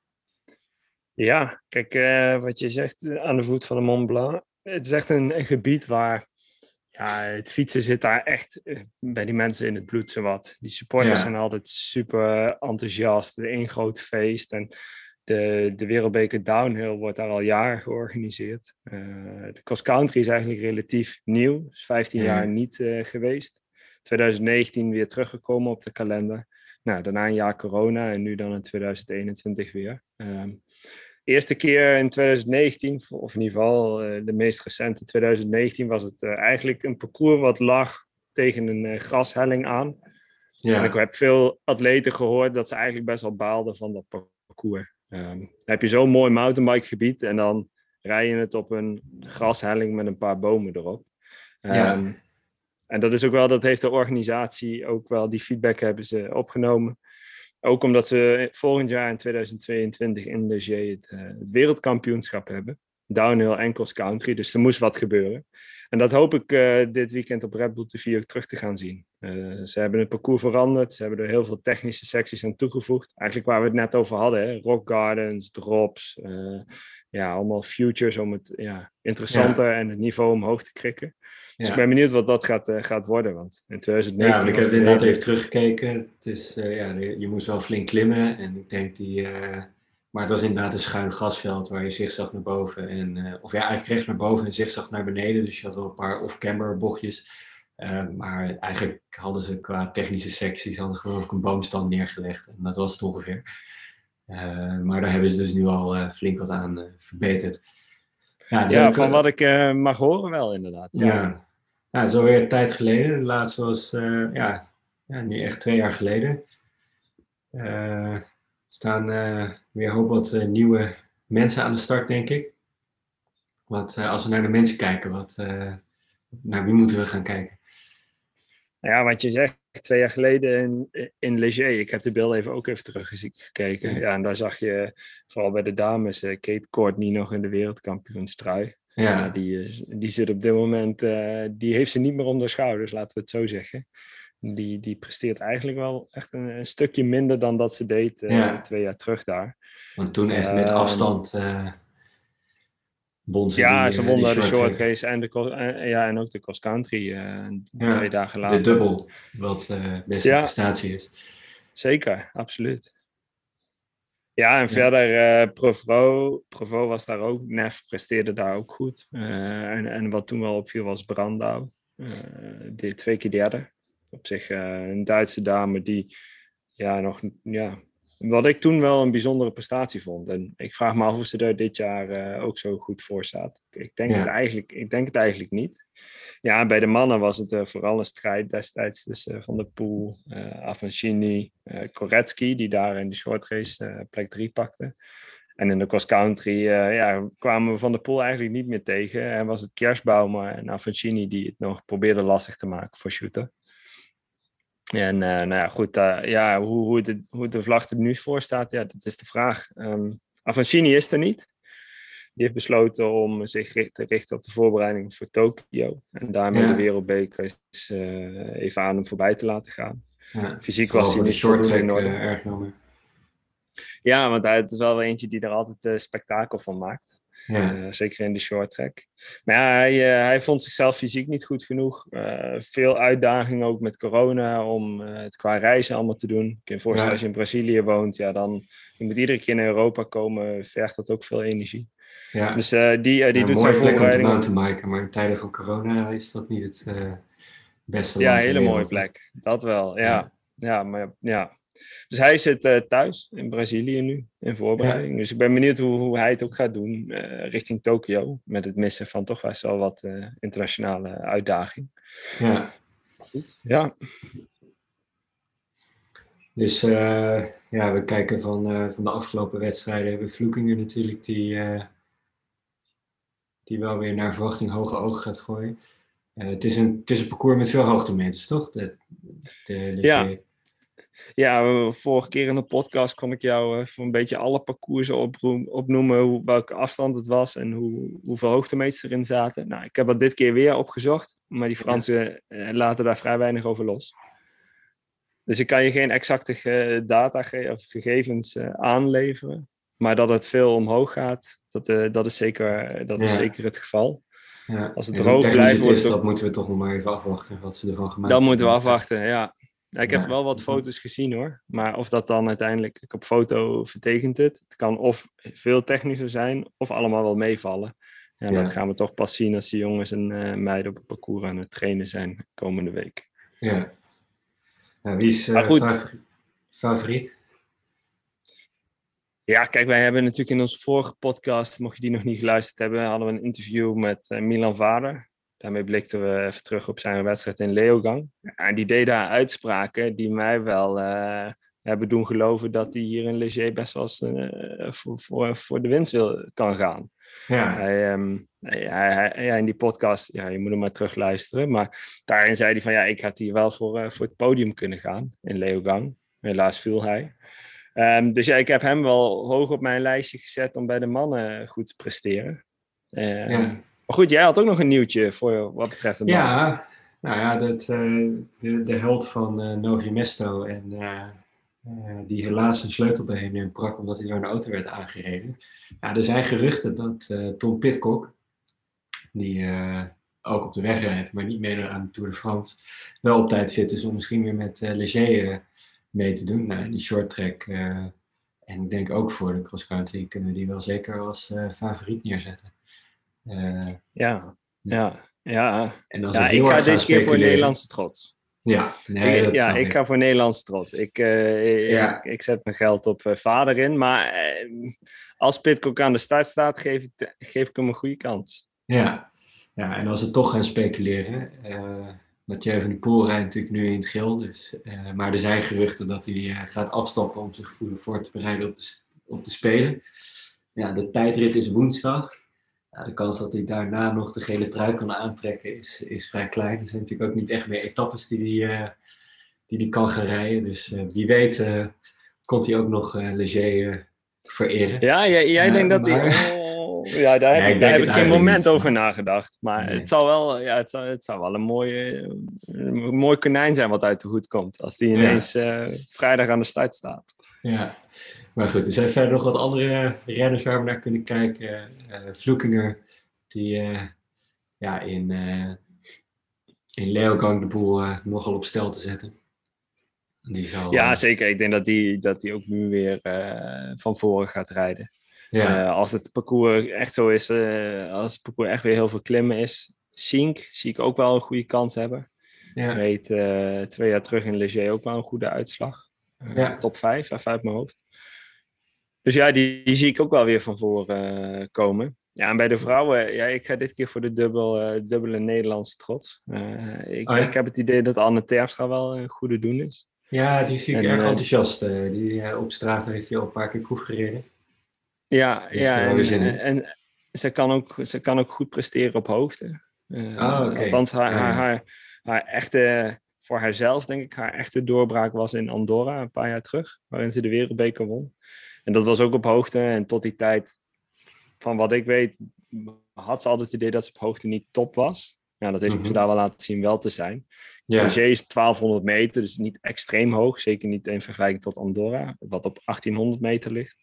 Ja, kijk, uh, wat je zegt, uh, aan de voet van de Mont Blanc. Het is echt een, een gebied waar ja, het fietsen zit daar echt uh, bij die mensen in het bloed zowat. Die supporters ja. zijn altijd super enthousiast. Eén groot feest. En de, de Wereldbeker Downhill wordt daar al jaren georganiseerd. Uh, de cross country is eigenlijk relatief nieuw. Is vijftien ja. jaar niet uh, geweest. twintig negentien weer teruggekomen op de kalender. Nou, daarna een jaar corona en nu dan in twintig eenentwintig weer. Um, eerste keer in twintig negentien, of in ieder geval uh, de meest recente twintig negentien, was het uh, eigenlijk een parcours wat lag tegen een uh, grashelling aan. Ja. En ik heb veel atleten gehoord dat ze eigenlijk best wel baalden van dat parcours. Um, dan heb je zo'n mooi mountainbikegebied en dan rij je het op een grashelling met een paar bomen erop. Um, ja. En dat is ook wel, dat heeft de organisatie ook wel, die feedback hebben ze opgenomen. Ook omdat ze volgend jaar in twintig tweeëntwintig in Léger het, uh, het wereldkampioenschap hebben. Downhill en cross country, dus er moest wat gebeuren. En dat hoop ik uh, dit weekend op Red Bull T V ook terug te gaan zien. Uh, ze hebben het parcours veranderd, ze hebben er heel veel technische secties aan toegevoegd. Eigenlijk waar we het net over hadden, hè? Rock gardens, drops, uh, ja, allemaal futures om het ja, interessanter ja. en het niveau omhoog te krikken. Dus ja. ik ben benieuwd wat dat gaat, uh, gaat worden, want in twintig negentien... Ja, ik heb het inderdaad even teruggekeken. Het is, uh, ja, je moest wel flink klimmen en ik denk die... Uh, maar het was inderdaad een schuin grasveld waar je zigzag naar boven en... Uh, of ja, eigenlijk recht naar boven en zigzag naar beneden. Dus je had wel een paar off-camber bochtjes. Uh, maar eigenlijk hadden ze qua technische secties hadden geloof ik een boomstand neergelegd. En dat was het ongeveer. Uh, maar daar hebben ze dus nu al uh, flink wat aan uh, verbeterd. Ja, ja van wat ik uh, mag horen wel inderdaad. Ja. ja. Ja, het is alweer een tijd geleden. De laatste was uh, ja, ja, nu echt twee jaar geleden. Uh, er staan uh, weer een hoop wat uh, nieuwe mensen aan de start, denk ik. Wat, uh, als we naar de mensen kijken, wat, uh, naar wie moeten we gaan kijken? Ja, wat je zegt, twee jaar geleden in, in Léger. Ik heb de beelden even ook even teruggekeken. Ja. ja, en daar zag je vooral bij de dames uh, Kate Courtney nog in de wereldkampioenstrui. Ja. Uh, die, is, die zit op dit moment, uh, die heeft ze niet meer om de schouders, laten we het zo zeggen. Die, die presteert eigenlijk wel echt een, een stukje minder dan dat ze deed uh, ja. twee jaar terug daar. Want toen echt met uh, afstand uh, won ze Ja, die, ze won de short race en, de, uh, ja, en ook de cross country uh, ja, twee dagen later. De dubbel, wat uh, beste ja. prestatie is. Zeker, absoluut. Ja, en ja. verder uh, Provo, Provo was daar ook. Nef presteerde daar ook goed. Uh, en, en wat toen wel opviel was Brandau. Uh, die twee keer derde. Op zich uh, een Duitse dame die ja, nog... Ja, wat ik toen wel een bijzondere prestatie vond. En ik vraag me af of ze er dit jaar uh, ook zo goed voor staat. Ik denk, ja. het, eigenlijk, ik denk het eigenlijk niet. Ja, bij de mannen was het uh, vooral een strijd destijds tussen uh, Van der Poel, uh, Avancini, uh, Koretsky, die daar in de short race uh, plek drie pakte. En in de cross country uh, ja, kwamen we Van der Poel eigenlijk niet meer tegen. En was het Kersbaumer en Avancini die het nog probeerden lastig te maken voor Shooter. En uh, nou ja, goed, uh, ja, hoe, hoe, de, hoe de vlag er nu voor staat, ja, dat is de vraag. Um, Avancini is er niet. Die heeft besloten om zich richt, te richten op de voorbereiding voor Tokio. En daarmee ja. de wereldbeker uh, even aan hem voorbij te laten gaan. Ja, fysiek was hij niet voldoende in orde. Uh, erg nodig. Ja, want hij, het is wel eentje die er altijd uh, spektakel van maakt. Ja. Uh, zeker in de short track. Maar ja, hij, uh, hij vond zichzelf fysiek niet goed genoeg. Uh, veel uitdaging ook met corona om uh, het qua reizen allemaal te doen. Ik kan je voorstellen, ja. als je in Brazilië woont, ja, dan je moet iedere keer naar Europa komen, vergt dat ook veel energie. Ja. Dus uh, die, uh, die ja, doet zijn voorbereiding. Mooi plek om te mountainbiken, maar in tijden van corona is dat niet het uh, beste ja, land. Ja, een hele mooie plek. Dat wel, ja. Ja, ja maar ja. Dus hij zit uh, thuis in Brazilië nu, in voorbereiding. Ja. Dus ik ben benieuwd hoe, hoe hij het ook gaat doen uh, richting Tokio. Met het missen van toch best wel wat uh, internationale uitdaging. Ja. Ja. Dus uh, ja, we kijken van, uh, van de afgelopen wedstrijden. Hebben Vloekingen natuurlijk die, uh, die wel weer naar verwachting hoge ogen gaat gooien. Uh, het, is een, het is een parcours met veel hoogtemeters, toch? De, de, de ja. Ja, vorige keer in de podcast kon ik jou uh, voor een beetje alle parcoursen oproem, opnoemen, hoe, welke afstand het was en hoe, hoeveel hoogtemeters erin zaten. Nou, ik heb dat dit keer weer opgezocht, maar die Fransen uh, laten daar vrij weinig over los. Dus ik kan je geen exacte uh, data ge- of gegevens uh, aanleveren, maar dat het veel omhoog gaat, dat, uh, dat, is, zeker, dat is Ja. zeker het geval. Ja. Als het en droog blijft, het is, wordt dat moeten we toch nog maar even afwachten, wat ze ervan gemaakt Dan moeten we hebben. afwachten, ja. Ja, ik heb Ja. wel wat foto's gezien hoor. Maar of dat dan uiteindelijk op foto vertekent het. Het kan of veel technischer zijn, of allemaal wel meevallen. En Ja. dat gaan we toch pas zien als die jongens en uh, meiden op het parcours aan het trainen zijn komende week. Ja. Ja, wie is uh, favoriet? favoriet? Ja, kijk, wij hebben natuurlijk in onze vorige podcast, mocht je die nog niet geluisterd hebben, hadden we een interview met uh, Milan Vader. Daarmee blikten we even terug op zijn wedstrijd in Leogang. En die deed daar uitspraken die mij wel uh, hebben doen geloven dat hij hier in Ligier best wel eens uh, voor, voor, voor de winst wil, kan gaan. Ja. Hij, um, hij, hij, hij, in die podcast, ja, je moet hem maar terug luisteren, maar daarin zei hij van ja, ik had hier wel voor, uh, voor het podium kunnen gaan in Leogang. Helaas viel hij. Um, dus ja, ik heb hem wel hoog op mijn lijstje gezet om bij de mannen goed te presteren. Uh, ja. Maar goed, jij had ook nog een nieuwtje voor wat betreft de man. Ja, nou ja, dat, uh, de, de held van uh, Novi Mesto en uh, uh, die helaas een sleutelbeen brak omdat hij door een auto werd aangereden. Ja, er zijn geruchten dat uh, Tom Pidcock, die uh, ook op de weg rijdt, maar niet meedoet aan de Tour de France, wel op tijd fit is om misschien weer met uh, Ligier uh, mee te doen. Nou, die short track uh, en ik denk ook voor de cross country kunnen we die wel zeker als uh, favoriet neerzetten. Uh, ja, ja, ja. En als ja ik ga dit keer voor Nederlandse trots. Ja, nee, ik, dat ja ik. ik ga voor Nederlandse trots. Ik, uh, ja. ik, ik zet mijn geld op uh, vader in, maar uh, als Pidcock aan de start staat, geef ik, de, geef ik hem een goede kans. Ja, ja en als we toch gaan speculeren, uh, Mathieu van der Poel rijdt natuurlijk nu in het geel, dus, uh, maar er zijn geruchten dat hij uh, gaat afstappen om zich voor te bereiden op de, op de Spelen. Ja, de tijdrit is woensdag. Ja, de kans dat hij daarna nog de gele trui kan aantrekken is, is vrij klein. Er zijn natuurlijk ook niet echt meer etappes die hij uh, die die kan gaan rijden. Dus uh, wie weet uh, komt hij ook nog uh, Ligier uh, vereren. Ja, jij, jij uh, denkt dat hij... Maar... Oh, ja, daar heb, nee, ik, daar heb ik geen moment niet. over nagedacht. Maar nee. het, zal wel, ja, het, zal, het zal wel een, mooie, een mooi konijn zijn wat uit de hoed komt. Als die ineens ja. uh, vrijdag aan de start staat. Ja. Maar goed, er zijn verder nog wat andere renners waar we naar kunnen kijken. Uh, Vloekinger, die uh, ja, in, uh, in Leogang de boel uh, nogal op stel te zetten. Die zal, ja, uh, zeker. Ik denk dat die, dat die ook nu weer uh, van voren gaat rijden. Ja. Uh, als het parcours echt zo is, uh, als het parcours echt weer heel veel klimmen is. Sink zie ik ook wel een goede kans hebben. Ja. Reed uh, twee jaar terug in Ligier ook wel een goede uitslag. Uh, ja. Top vijf, even uit mijn hoofd. Dus ja, die, die zie ik ook wel weer van voren uh, komen. Ja, en bij de vrouwen, ja, ik ga dit keer voor de dubbel, uh, dubbele Nederlandse trots. Uh, ik, oh ja? ik heb het idee dat Anne Terpstra wel een goede doen is. Ja, die zie ik en, erg uh, enthousiast. Uh, die uh, op Strava heeft hij al een paar keer proef gereden. Ja, ja en, en, en ze, kan ook, ze kan ook goed presteren op hoogte. Uh, oh, okay. Althans, haar, ja, haar, ja. haar, haar echte, voor haarzelf denk ik, haar echte doorbraak was in Andorra een paar jaar terug. Waarin ze de wereldbeker won. En dat was ook op hoogte. En tot die tijd, van wat ik weet, had ze altijd het idee dat ze op hoogte niet top was. Ja, dat heeft mm-hmm. ze daar wel laten zien wel te zijn. Ja. Ligier is twaalfhonderd meter, dus niet extreem hoog. Zeker niet in vergelijking tot Andorra, wat op achttienhonderd meter ligt.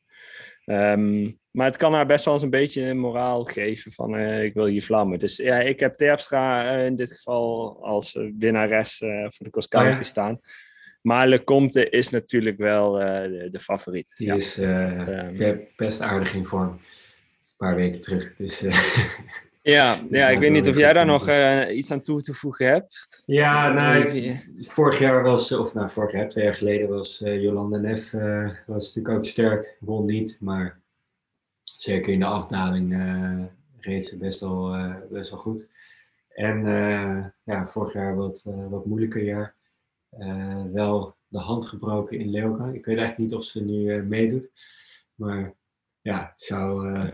Um, maar het kan haar best wel eens een beetje moraal geven van uh, ik wil hier vlammen. Dus ja, ik heb Terpstra uh, in dit geval als uh, winnares uh, voor de cross country oh, ja. staan. Maar Lecomte is natuurlijk wel uh, de, de favoriet. Die ja. is uh, um, best aardig in vorm. Een paar weken terug. Dus, uh, ja, dus ja ik weet niet of jij daar nog uh, iets aan toe te voegen hebt. Ja, nou, vorig jaar was, of nou, vorig jaar, twee jaar geleden was uh, Jolanda Neff uh, was natuurlijk ook sterk. Won niet, maar zeker in de afdaling uh, reed ze best wel, uh, best wel goed. En uh, ja, vorig jaar wat, uh, wat moeilijker jaar. Uh, wel de hand gebroken in Leogang. Ik weet eigenlijk niet of ze nu uh, meedoet. Maar ja, zou, uh,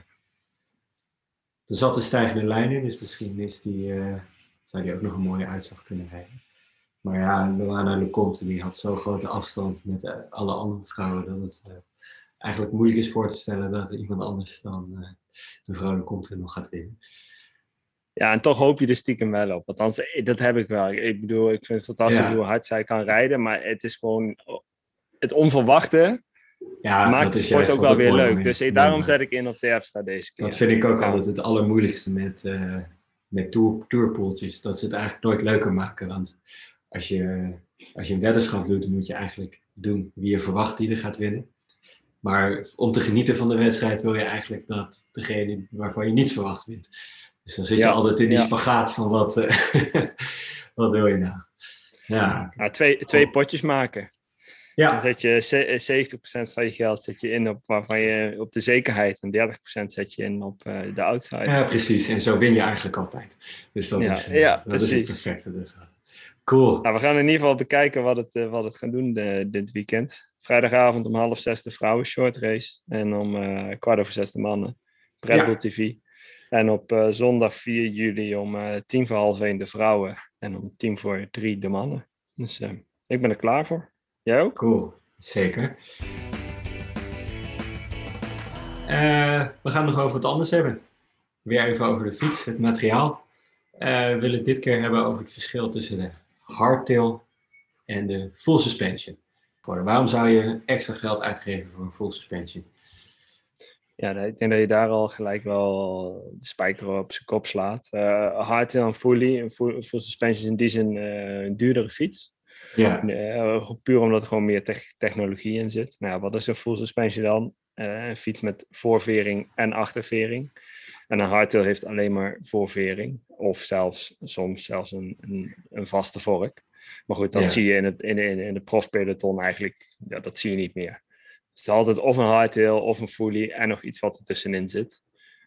er zat een stijgende lijn in. Dus misschien is die, uh, zou die ook nog een mooie uitslag kunnen rijden. Maar ja, Luana Leconte die had zo'n grote afstand met uh, alle andere vrouwen dat het uh, eigenlijk moeilijk is voor te stellen dat er iemand anders dan uh, de vrouw Leconte nog gaat winnen. Ja, en toch hoop je er stiekem wel op. Althans, dat heb ik wel. Ik bedoel, ik vind het fantastisch ja. hoe hard zij kan rijden, maar het is gewoon het onverwachte. Ja, maakt de sport ook wel weer leuk. Mee. Dus ik, daarom zet ik in op Terpstra deze keer. Dat vind ik ook ja. altijd het allermoeilijkste met, uh, met tour, tourpoeltjes. Dat ze het eigenlijk nooit leuker maken. Want als je, als je een weddenschap doet, dan moet je eigenlijk doen wie je verwacht die er gaat winnen. Maar om te genieten van de wedstrijd wil je eigenlijk dat degene waarvan je niets verwacht wint. Dus dan zit je ja. altijd in die ja. spagaat van wat, uh, wat wil je nou. Ja. Nou, twee, twee potjes maken. Ja. Dan zet je zeventig procent van je geld zet je in op, waarvan je, op de zekerheid en dertig procent zet je in op uh, de outside. Ja, precies. En zo win je eigenlijk altijd. Dus dat, ja. is, uh, ja, dat is het perfecte. Dus. Cool. Nou, we gaan in ieder geval bekijken wat het, uh, wat het gaat doen de, dit weekend. Vrijdagavond om half zes de vrouwen short race. En om uh, kwart over zes de mannen. Red Bull ja. T V. En op uh, zondag vier juli om uh, tien voor half één de vrouwen. En om tien voor drie de mannen. Dus uh, ik ben er klaar voor. Jij ook? Cool, zeker. Uh, we gaan nog over wat anders hebben. Weer even over de fiets, het materiaal. Uh, we willen het dit keer hebben over het verschil tussen de hardtail en de full suspension. Waarom zou je extra geld uitgeven voor een full suspension? Ja, ik denk dat je daar al gelijk wel de spijker op zijn kop slaat. Uh, hardtail en fully, een full, full suspension is in die zin uh, een duurdere fiets. Ja. Uh, puur omdat er gewoon meer te- technologie in zit. Nou, wat is een full suspension dan? Uh, een fiets met voorvering en achtervering. En een hardtail heeft alleen maar voorvering. Of zelfs soms zelfs een, een, een vaste vork. Maar goed, dat ja. zie je in, het, in, in, in de profpeloton eigenlijk. Ja, dat zie je niet meer. Het is altijd of een hardtail of een fully en nog iets wat er tussenin zit.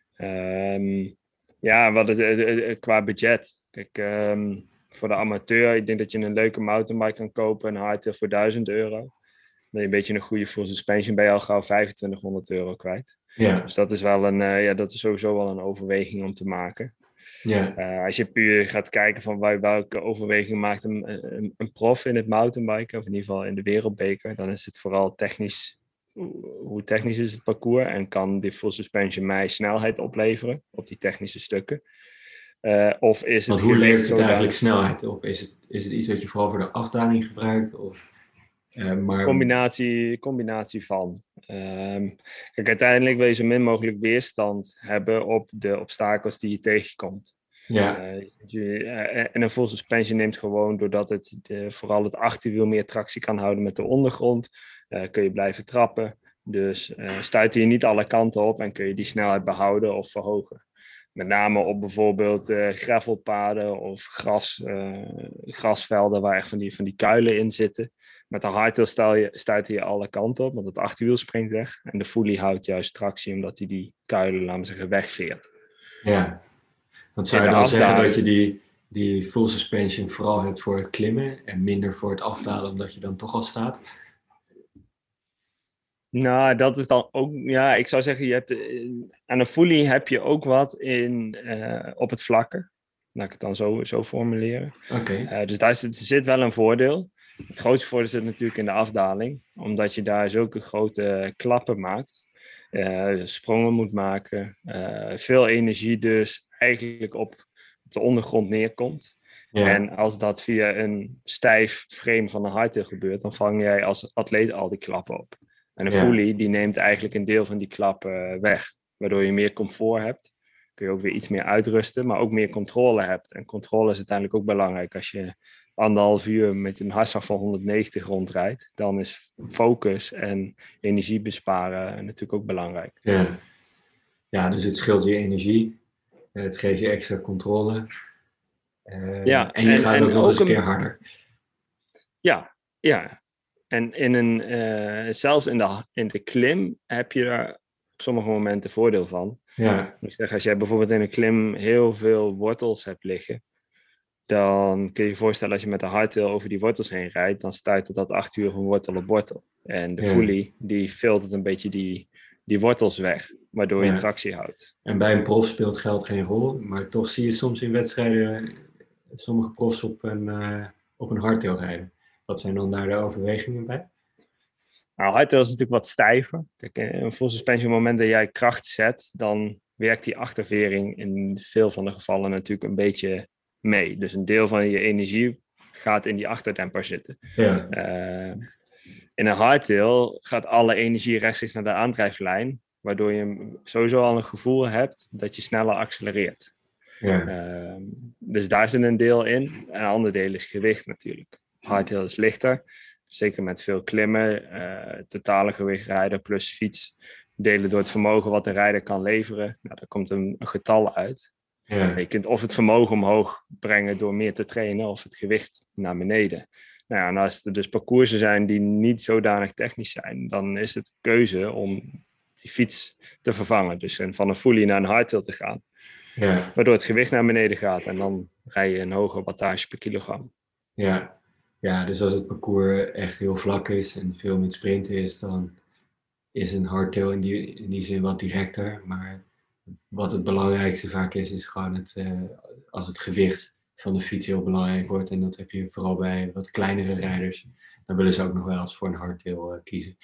Um, ja, wat het, uh, uh, qua budget. Kijk, um, voor de amateur, ik denk dat je een leuke mountainbike kan kopen. Een hardtail voor duizend euro. Dan je een beetje een goede full suspension ben je al gauw vijfentwintighonderd euro kwijt. Ja. Dus dat is, wel een, uh, ja, dat is sowieso wel een overweging om te maken. Ja. Uh, als je puur gaat kijken van welke overweging maakt een, een, een prof in het mountainbiken, of in ieder geval in de wereldbeker, dan is het vooral technisch. Hoe technisch is het parcours en kan die full suspension mij snelheid opleveren op die technische stukken? Uh, of is Want het hoe levert het eigenlijk snelheid op? Is het, is het iets wat je vooral voor de afdaling gebruikt? Of, uh, maar... combinatie, combinatie van. Um, kijk, uiteindelijk wil je zo min mogelijk weerstand hebben op de obstakels die je tegenkomt. Ja. Uh, je, uh, en een full suspension neemt gewoon doordat het de, vooral het achterwiel meer tractie kan houden met de ondergrond. Uh, kun je blijven trappen. Dus uh, stuit je niet alle kanten op en kun je die snelheid behouden of verhogen. Met name op bijvoorbeeld uh, gravelpaden of gras, uh, grasvelden waar echt van die, van die kuilen in zitten. Met de hardtail stel je, stuit je alle kanten op, want het achterwiel springt weg. En de fully houdt juist tractie omdat hij die kuilen, laten we zeggen, wegveert. Ja, want zou je dan afdalen... zeggen dat je die, die full suspension vooral hebt voor het klimmen en minder voor het afdalen omdat je dan toch al staat? Nou, dat is dan ook... Ja, ik zou zeggen, je hebt, aan een fully heb je ook wat in, uh, op het vlakke. Laat ik het dan zo, zo formuleren. Okay. Uh, dus daar zit, zit wel een voordeel. Het grootste voordeel zit natuurlijk in de afdaling. Omdat je daar zulke grote klappen maakt. Uh, sprongen moet maken. Uh, veel energie dus eigenlijk op, op de ondergrond neerkomt. Ja. En als dat via een stijf frame van een hardtail gebeurt, dan vang jij als atleet al die klappen op. En een ja. fully die neemt eigenlijk een deel van die klappen weg. Waardoor je meer comfort hebt. Kun je ook weer iets meer uitrusten, maar ook meer controle hebt. En controle is uiteindelijk ook belangrijk. Als je anderhalf uur met een hartslag van honderdnegentig rondrijdt, dan is focus en energie besparen natuurlijk ook belangrijk. Ja, ja, dus het scheelt je energie. Het geeft je extra controle. Uh, ja, en je en, gaat en ook nog ook eens een keer harder. Ja, ja. En in een, uh, zelfs in de, in de klim heb je daar op sommige momenten voordeel van. Ja. Ik zeg, als jij bijvoorbeeld in een klim heel veel wortels hebt liggen, dan kun je je voorstellen als je met de hardtail over die wortels heen rijdt, dan stuit dat acht uur van wortel op wortel. En de ja. fully, die filtert een beetje die, die wortels weg, waardoor ja. je tractie houdt. En bij een prof speelt geld geen rol, maar toch zie je soms in wedstrijden sommige profs op een, uh, op een hardtail rijden. Wat zijn dan daar de overwegingen bij? Nou, hardtail is natuurlijk wat stijver. Kijk, in een full suspension, op het moment dat jij kracht zet, dan werkt die achtervering in veel van de gevallen natuurlijk een beetje mee. Dus een deel van je energie gaat in die achterdemper zitten. Ja. Uh, in een hardtail gaat alle energie rechtstreeks naar de aandrijflijn, waardoor je sowieso al een gevoel hebt dat je sneller accelereert. Ja. Uh, dus daar zit een deel in. En een ander deel is gewicht natuurlijk. Hardtail is lichter. Zeker met veel klimmen, uh, totale gewicht rijden plus fiets. Delen door het vermogen wat de rijder kan leveren. Nou, daar komt een, een getal uit. Ja. Je kunt of het vermogen omhoog brengen door meer te trainen, of het gewicht naar beneden. Nou ja, en als er dus parcoursen zijn die niet zodanig technisch zijn, dan is het keuze om die fiets te vervangen. Dus van een fully naar een hardtail te gaan. Ja. Waardoor het gewicht naar beneden gaat en dan rij je een hoger wattage per kilogram. Ja. Ja, dus als het parcours echt heel vlak is en veel met sprinten is, dan is een hardtail in die, in die zin wat directer. Maar wat het belangrijkste vaak is, is gewoon het, uh, als het gewicht van de fiets heel belangrijk wordt. En dat heb je vooral bij wat kleinere rijders. Dan willen ze ook nog wel eens voor een hardtail uh, kiezen.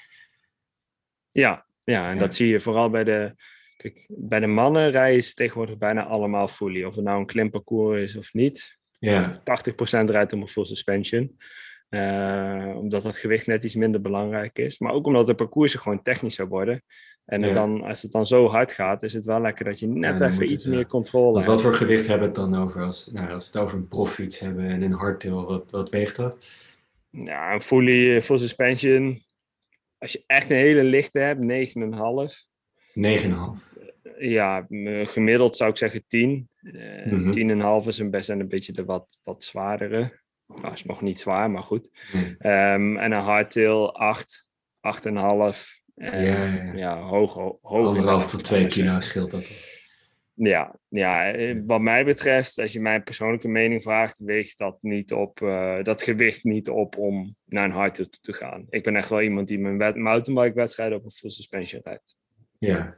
Ja, ja, en ja. dat zie je vooral bij de... Kijk, bij de mannen rijden ze tegenwoordig bijna allemaal fully. Of het nou een klimparcours is of niet. Ja. tachtig procent rijdt om een full suspension. Uh, omdat dat gewicht net iets minder belangrijk is. Maar ook omdat de parcoursen gewoon technischer worden. En ja. dan, als het dan zo hard gaat, is het wel lekker dat je net ja, even iets het, meer controle hebt. Wat voor gewicht hebben we het dan over? Als, nou, als we het over een proffiets hebben en een hardtail, wat, wat weegt dat? Ja, een fully, full suspension. Als je echt een hele lichte hebt, negen komma vijf. negen komma vijf. Ja, gemiddeld zou ik zeggen tien. Uh, mm-hmm. tien komma vijf is een best en een beetje de wat, wat zwaardere. Nou, is nog niet zwaar, maar goed. Mm. Um, en een hardtail acht, acht komma vijf. En ja, ja. ja, hoog, hoog. hoog Anderhalf tot twee kilo scheelt dat. Ja, ja, wat mij betreft, als je mijn persoonlijke mening vraagt, weegt dat niet op, uh, dat gewicht niet op om naar een hardtail toe te gaan. Ik ben echt wel iemand die mijn wet- mountainbike wedstrijden op een full suspension rijdt. Ja.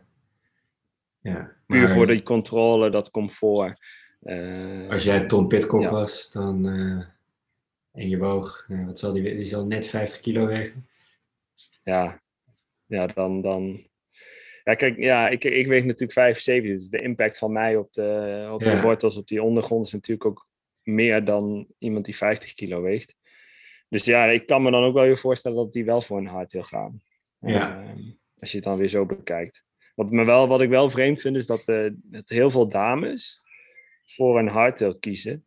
Ja, Puur maar, voor die controle, dat comfort. Uh, als jij Tom Pidcock ja. was, dan uh, en je woog, uh, wat zal die, die zal net vijftig kilo wegen? Ja, ja dan, dan... Ja, kijk, ja, ik, ik weeg natuurlijk vijfenzeventig, dus de impact van mij op de, op ja. de wortels, op die ondergrond is natuurlijk ook meer dan iemand die vijftig kilo weegt. Dus ja, ik kan me dan ook wel je voorstellen dat die wel voor een hardtail gaan. Ja. Uh, als je het dan weer zo bekijkt. Wat, me wel, wat ik wel vreemd vind, is dat, uh, dat heel veel dames voor een hardtail kiezen.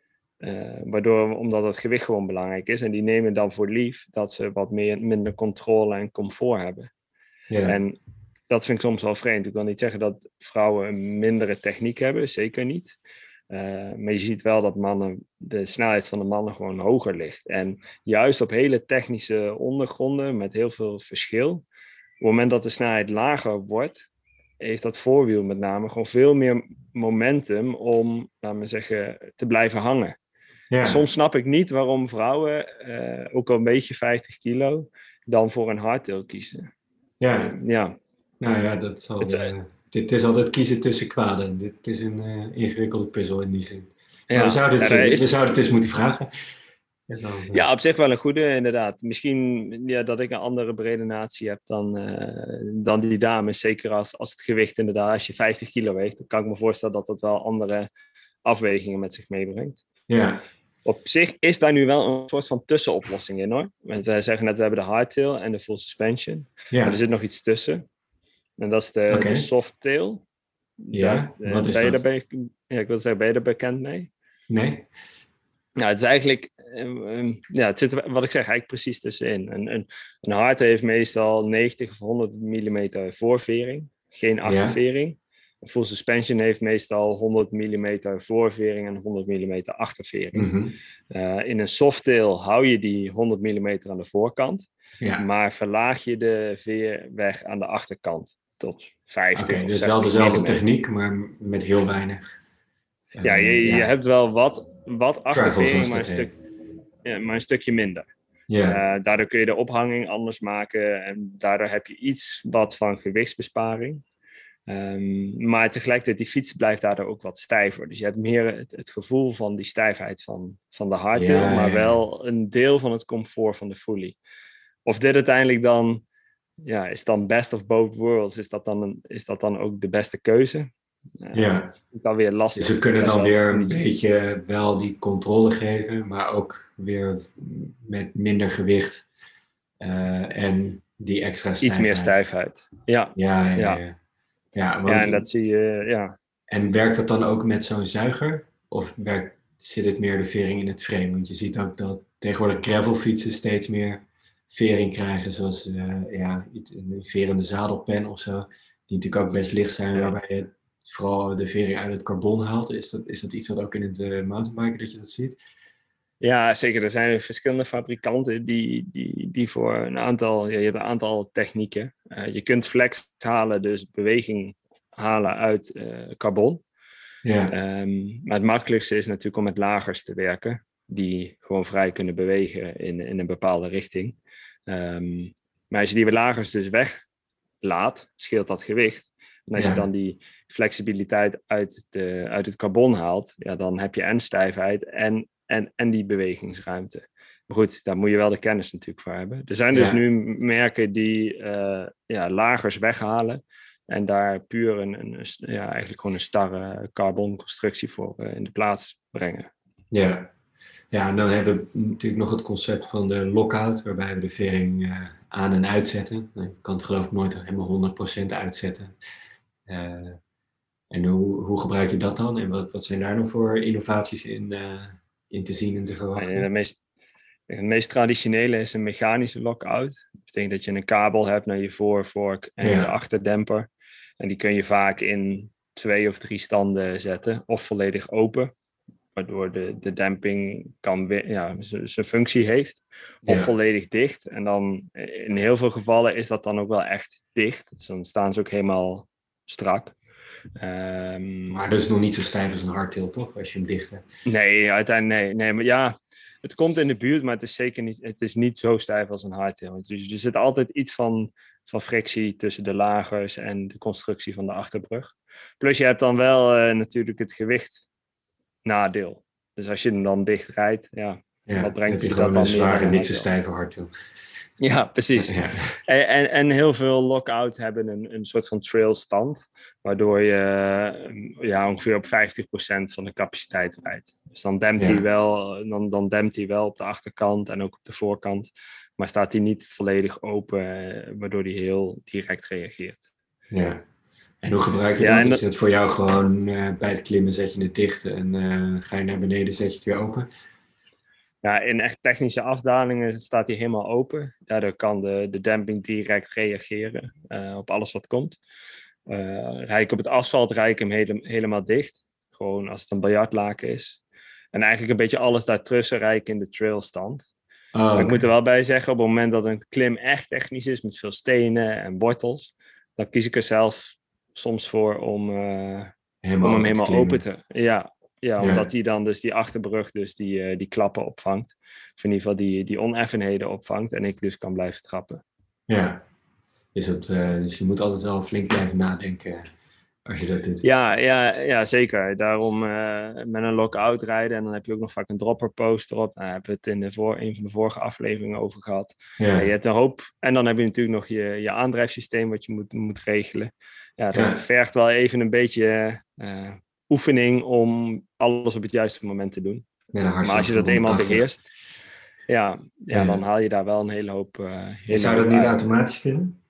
Uh, waardoor, omdat het gewicht gewoon belangrijk is. En die nemen dan voor lief dat ze wat meer, minder controle en comfort hebben. Ja. En dat vind ik soms wel vreemd. Ik wil niet zeggen dat vrouwen een mindere techniek hebben. Zeker niet. Uh, maar je ziet wel dat mannen, de snelheid van de mannen gewoon hoger ligt. En juist op hele technische ondergronden met heel veel verschil. Op het moment dat de snelheid lager wordt, heeft dat voorwiel met name gewoon veel meer momentum om, laten we zeggen, te blijven hangen. Ja. Soms snap ik niet waarom vrouwen, uh, ook al een beetje vijftig kilo, dan voor een hardtail kiezen. Ja. Uh, ja. Nou ja, dat zal... Het, uh, dit is altijd kiezen tussen kwaden. Dit is een uh, ingewikkelde puzzel in die zin. Ja. Maar we zouden het, Ja, is... we zouden het eens moeten vragen. Dan, uh... Ja, op zich wel een goede, inderdaad. Misschien ja, dat ik een andere beredenatie heb dan, uh, dan die dames. Zeker als, als het gewicht inderdaad, als je vijftig kilo weegt, dan kan ik me voorstellen dat dat wel andere afwegingen met zich meebrengt. Ja. Op zich is daar nu wel een soort van tussenoplossing in, hoor. Want wij zeggen net, we hebben de hardtail en de full suspension. Ja. Maar er zit nog iets tussen. En dat is de, okay. de softtail. Ja, daar, wat is ben je dat? Daarbij, ja, ik wil zeggen, ben je er bekend mee? Nee. Nou, het is eigenlijk, um, ja, het zit er, wat ik zeg, eigenlijk precies tussenin. Een, een, een hardtail heeft meestal negentig of honderd millimeter voorvering, geen achtervering. Ja. Een full suspension heeft meestal honderd millimeter voorvering en honderd millimeter achtervering. Mm-hmm. Uh, in een softtail hou je die honderd millimeter aan de voorkant, ja. maar verlaag je de veerweg aan de achterkant tot vijftig okay, of dus zestig wel dezelfde millimeter. techniek, maar met heel weinig. Uh, ja, je, ja, je hebt wel wat, wat achtervering, maar een, dat stuk, ja, maar een stukje minder. Ja. Uh, daardoor kun je de ophanging anders maken en daardoor heb je iets wat van gewichtsbesparing. Um, maar tegelijkertijd, die fiets blijft daardoor ook wat stijver. Dus je hebt meer het, het gevoel van die stijfheid van, van de hardtail, Ja, maar ja. wel een deel van het comfort van de fully. Of dit uiteindelijk dan, ja, is dan best of both worlds? Is dat dan, een, is dat dan ook de beste keuze? Uh, Ja. Dan weer lastig. Dus we kunnen dan weer een niet... beetje wel die controle geven, maar ook weer met minder gewicht uh, en die extra stijfheid. Iets meer stijfheid, ja. Ja, ja, ja. ja. ja. ja, want, ja en dat zie je, ja. En werkt dat dan ook met zo'n zuiger? Of werkt, zit het meer de vering in het frame? Want je ziet ook dat tegenwoordig gravelfietsen steeds meer vering krijgen, zoals uh, ja, een verende zadelpen of zo, die natuurlijk ook best licht zijn, ja. Waarbij je vooral de vering uit het carbon haalt. Is dat, is dat iets wat ook in het uh, mountainbiken dat je dat ziet? Ja, zeker. Er zijn verschillende fabrikanten die, die, die voor een aantal, ja, je hebt een aantal technieken. Uh, je kunt flex halen, dus beweging halen uit uh, carbon. Ja. Um, maar het makkelijkste is natuurlijk om met lagers te werken, die gewoon vrij kunnen bewegen in, in een bepaalde richting. Um, maar als je die lagers dus weglaat, scheelt dat gewicht. En als ja. je dan die flexibiliteit uit, de, uit het carbon haalt, ja, dan heb je en stijfheid en, en, en die bewegingsruimte. Maar goed, daar moet je wel de kennis natuurlijk voor hebben. Er zijn dus ja. nu merken die uh, ja, lagers weghalen en daar puur een, een, ja, eigenlijk gewoon een starre carbonconstructie voor uh, in de plaats brengen. Ja. Ja, en dan hebben we natuurlijk nog het concept van de lockout, waarbij we de vering uh, aan- en uitzetten. Je kan het geloof ik nooit helemaal honderd procent uitzetten. Uh, en hoe, hoe gebruik je dat dan? En wat, wat zijn daar nog voor innovaties in, uh, in te zien en te verwachten? Ja, de meest, het meest traditionele is een mechanische lockout. Dat betekent dat je een kabel hebt naar je voor, vork en ja. je achterdemper. En die kun je vaak in twee of drie standen zetten, of volledig open, waardoor de, de damping kan ja, zijn functie heeft, of ja. volledig dicht. En dan in heel veel gevallen is dat dan ook wel echt dicht. Dus dan staan ze ook helemaal strak. Um, maar dat is nog niet zo stijf als een hardtail, toch? Als je hem dicht hebt. Nee, uiteindelijk nee. nee maar ja, het komt in de buurt, maar het is zeker niet, het is niet zo stijf als een hardtail. Dus er zit altijd iets van, van frictie tussen de lagers en de constructie van de achterbrug. Plus je hebt dan wel uh, natuurlijk het gewicht nadeel. Dus als je hem dan dicht rijdt, ja, ja wat brengt je dat dan dan een zware, meer niet zo stijve hardtail. Ja, precies. Ja. En, en, en heel veel lockouts hebben een, een soort van trailstand, waardoor je ja, ongeveer op vijftig procent van de capaciteit rijdt. Dus dan dempt, ja. hij wel, dan, dan dempt hij wel op de achterkant en ook op de voorkant, maar staat hij niet volledig open, waardoor hij heel direct reageert. Ja. En hoe gebruik je ja, dat? dat? Is het voor jou gewoon uh, bij het klimmen zet je het dicht en uh, ga je naar beneden zet je het weer open? Ja, in echt technische afdalingen staat hij helemaal open. Daardoor kan de, de damping direct reageren uh, op alles wat komt. Uh, rij ik op het asfalt, rij ik hem hele, helemaal dicht. Gewoon als het een biljartlaken is. En eigenlijk een beetje alles daartussen rij ik in de trailstand. Oh, maar okay. ik moet er wel bij zeggen, op het moment dat een klim echt technisch is, met veel stenen en wortels, dan kies ik er zelf soms voor om, uh, om hem helemaal open te... Ja, Ja, omdat hij ja. dan dus die achterbrug dus die, uh, die klappen opvangt. Of in ieder geval die, die oneffenheden opvangt. En ik dus kan blijven trappen. Ja, is het, uh, dus je moet altijd wel flink blijven nadenken als je dat doet. Ja, ja, ja zeker. Daarom uh, met een lockout rijden. En dan heb je ook nog vaak een dropper post erop. Daar hebben we het in de voor, een van de vorige afleveringen over gehad. Ja. Uh, je hebt een hoop. En dan heb je natuurlijk nog je, je aandrijfsysteem wat je moet, moet regelen. Ja, dat ja. vergt wel even een beetje... Uh, oefening om alles op het juiste moment te doen. Ja, maar als je dat eenmaal beheerst, ja, ja, ja, dan haal je daar wel een hele hoop... Uh, hele Zou dat hoop niet uit. automatisch kunnen?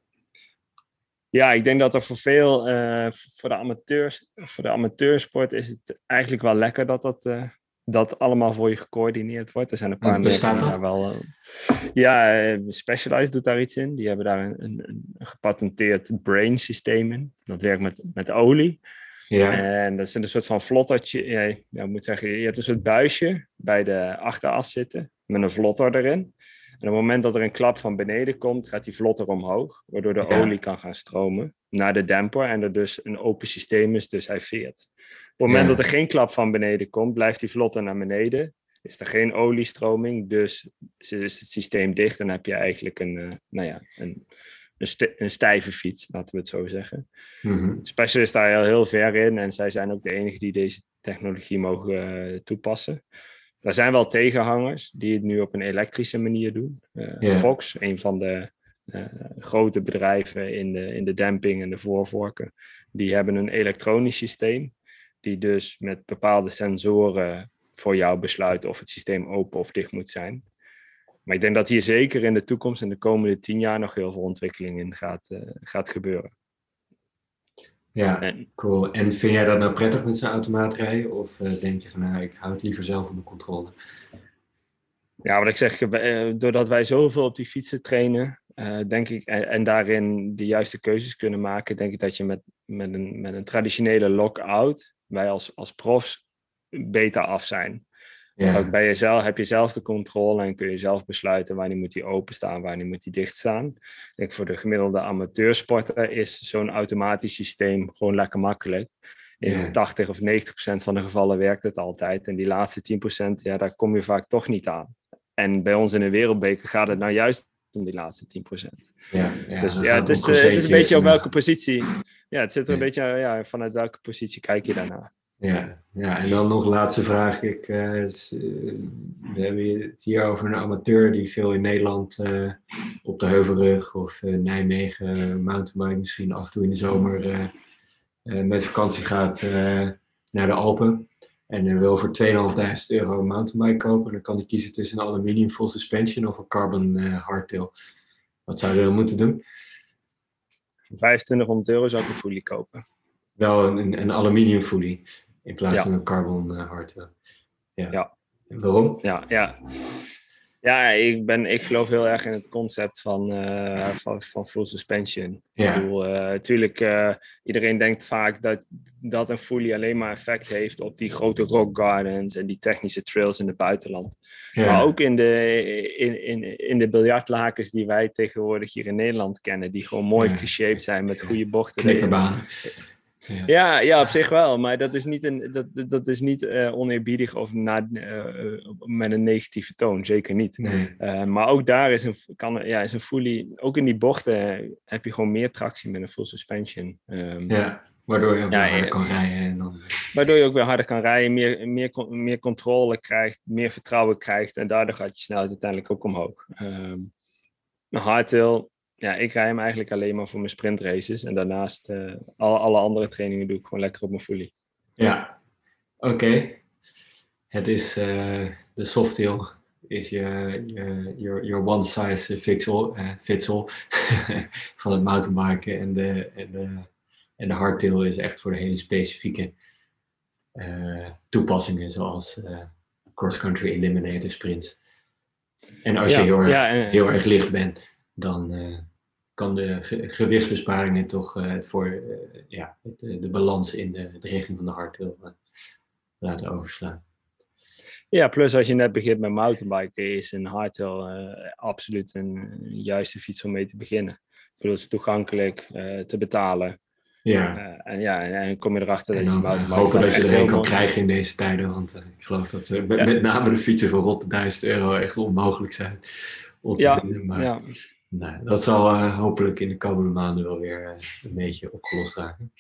Ja, ik denk dat er voor veel, uh, voor de amateurs, voor de amateursport is het eigenlijk wel lekker dat dat, uh, dat allemaal voor je gecoördineerd wordt. Er zijn een paar merken die daar wel... Uh, ja, uh, Specialized doet daar iets in. Die hebben daar een, een, een gepatenteerd brain systeem in. Dat werkt met, met olie. Ja. En dat is een soort van vlottertje. Ja, ja, ik moet zeggen, je hebt een soort buisje bij de achteras zitten met een vlotter erin. En op het moment dat er een klap van beneden komt, gaat die vlotter omhoog, waardoor de ja. olie kan gaan stromen naar de demper en er dus een open systeem is, dus hij veert. Op het moment ja. dat er geen klap van beneden komt, blijft die vlotter naar beneden. Is er geen oliestroming, dus is het systeem dicht en heb je eigenlijk een, uh, nou ja, een, een, st- een stijve fiets, laten we het zo zeggen. Mm-hmm. Special is daar heel, heel ver in en zij zijn ook de enige die deze technologie mogen uh, toepassen. Er zijn wel tegenhangers die het nu op een elektrische manier doen. Uh, yeah. Fox, een van de uh, grote bedrijven in de, in de damping en de voorvorken, die hebben een elektronisch systeem die dus met bepaalde sensoren voor jou besluit of het systeem open of dicht moet zijn. Maar ik denk dat hier zeker in de toekomst, in de komende tien jaar, nog heel veel ontwikkeling in gaat, uh, gaat gebeuren. Ja, en, cool. En vind jij dat nou prettig met zo'n automaat rijden? Of uh, denk je van, nou, ik hou het liever zelf onder controle? Ja, wat ik zeg, uh, doordat wij zoveel op die fietsen trainen, uh, denk ik, en, en daarin de juiste keuzes kunnen maken, denk ik dat je met, met, een, met een traditionele lock-out, wij als, als profs beter af zijn. Want ja. ook bij jezelf heb je zelf de controle en kun je zelf besluiten wanneer moet die openstaan, wanneer moet die dichtstaan. Ik denk voor de gemiddelde amateursporter is zo'n automatisch systeem gewoon lekker makkelijk. In ja. tachtig of negentig procent van de gevallen werkt het altijd. En die laatste tien procent, ja, daar kom je vaak toch niet aan. En bij ons in de wereldbeker gaat het nou juist om die laatste tien procent. Ja, ja, dus ja, het is, uh, het is een beetje op welke positie. Ja, het zit er ja. een beetje ja, vanuit welke positie kijk je daarna. Ja, ja, en dan nog laatste vraag. Ik, uh, we hebben het hier over een amateur die veel in Nederland uh, op de Heuvelrug of uh, Nijmegen mountainbike misschien af en toe in de zomer uh, uh, met vakantie gaat uh, naar de Alpen. En uh, wil voor tweeduizend vijfhonderd euro een mountainbike kopen. Dan kan hij kiezen tussen een aluminium full suspension of een carbon uh, hardtail. Wat zou hij dan moeten doen? Voor vijfentwintighonderd euro zou ik een fully kopen. Wel een, een aluminium fully. In plaats ja. van een carbon uh, hardtail. Ja. ja. En waarom? Ja, ja. ja ik, ben, ik geloof heel erg in het concept van, uh, van, van full suspension. Ja. Ik bedoel, uh, natuurlijk, uh, iedereen denkt vaak dat, dat een fully alleen maar effect heeft op die grote rock gardens en die technische trails in het buitenland. Ja. Maar ook in de, in, in, in de biljartlakens die wij tegenwoordig hier in Nederland kennen, die gewoon mooi ja. geshaped zijn met goede bochten. Knikkerbaan. Ja. Ja, ja, op zich wel, maar dat is niet, een, dat, dat is niet uh, oneerbiedig of na, uh, met een negatieve toon, zeker niet. Nee. Uh, maar ook daar is een, kan, ja, is een fully, ook in die bochten heb je gewoon meer tractie met een full suspension. Um, ja, waardoor je ook ja, weer harder kan rijden. En dan... Waardoor je ook weer harder kan rijden, meer, meer, meer controle krijgt, meer vertrouwen krijgt en daardoor gaat je snelheid uiteindelijk ook omhoog. Um, een hardtail... Ja, ik rij hem eigenlijk alleen maar voor mijn sprintraces. En daarnaast, uh, alle, alle andere trainingen doe ik gewoon lekker op mijn fully. Ja, oké. Okay. Het is uh, de softtail. Is je, je your, your one size fits all, uh, fits all van het mountainbiken. En de, en, de, en de hardtail is echt voor de hele specifieke uh, toepassingen. Zoals uh, cross-country eliminator sprints. En als ja, je heel erg, ja, en, heel erg licht bent, dan uh, kan de ge- gewichtsbesparingen toch uh, het voor uh, ja, de, de balans in de, de richting van de hardtail uh, laten overslaan. Ja, plus als je net begint met mountainbiken is een hardtail uh, absoluut een, een juiste fiets om mee te beginnen. Ik bedoel, het is toegankelijk uh, te betalen. Ja. Uh, en ja, en, en kom je erachter en dat je mountainbike hopen dat je er een kan krijgen in deze tijden, want uh, ik geloof dat uh, met, ja. met name de fietsen van rond de duizend euro echt onmogelijk zijn om te ja. vinden. Maar Ja. Nou, dat zal uh, hopelijk in de komende maanden wel weer uh, een beetje opgelost raken.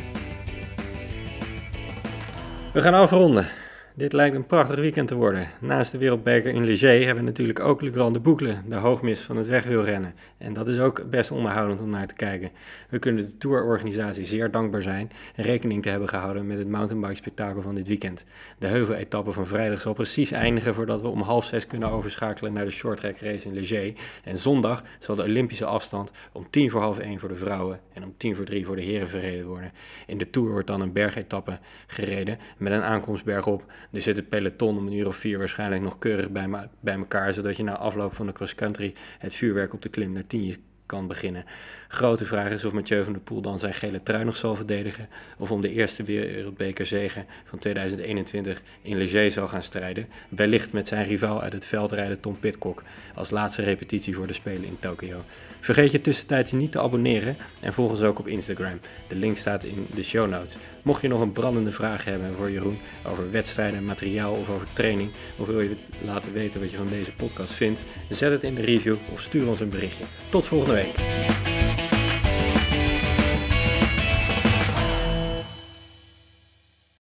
We gaan afronden. Dit lijkt een prachtig weekend te worden. Naast de wereldbeker in Ligier hebben we natuurlijk ook Le Grand de Boucle, de hoogmis van het wegwielrennen. En dat is ook best onderhoudend om naar te kijken. We kunnen de tourorganisatie zeer dankbaar zijn en rekening te hebben gehouden met het mountainbike spektakel van dit weekend. De heuveletappe van vrijdag zal precies eindigen voordat we om half zes kunnen overschakelen naar de shorttrack race in Ligier. En zondag zal de Olympische afstand om tien voor half één voor de vrouwen en om tien voor drie voor de heren verreden worden. In de Tour wordt dan een bergetappe gereden met een aankomst bergop. Dus zit het peloton om een uur of vier waarschijnlijk nog keurig bij, ma- bij elkaar, zodat je na afloop van de cross-country het vuurwerk op de klim naar tien kan beginnen. Grote vraag is of Mathieu van der Poel dan zijn gele trui nog zal verdedigen, of om de eerste wereldbekerzege van tweeduizend eenentwintig in Ligier zal gaan strijden, wellicht met zijn rivaal uit het veldrijden Tom Pidcock, als laatste repetitie voor de Spelen in Tokio. Vergeet je tussentijds niet te abonneren en volg ons ook op Instagram. De link staat in de show notes. Mocht je nog een brandende vraag hebben voor Jeroen over wedstrijden, materiaal of over training, of wil je laten weten wat je van deze podcast vindt, zet het in de review of stuur ons een berichtje. Tot volgende week.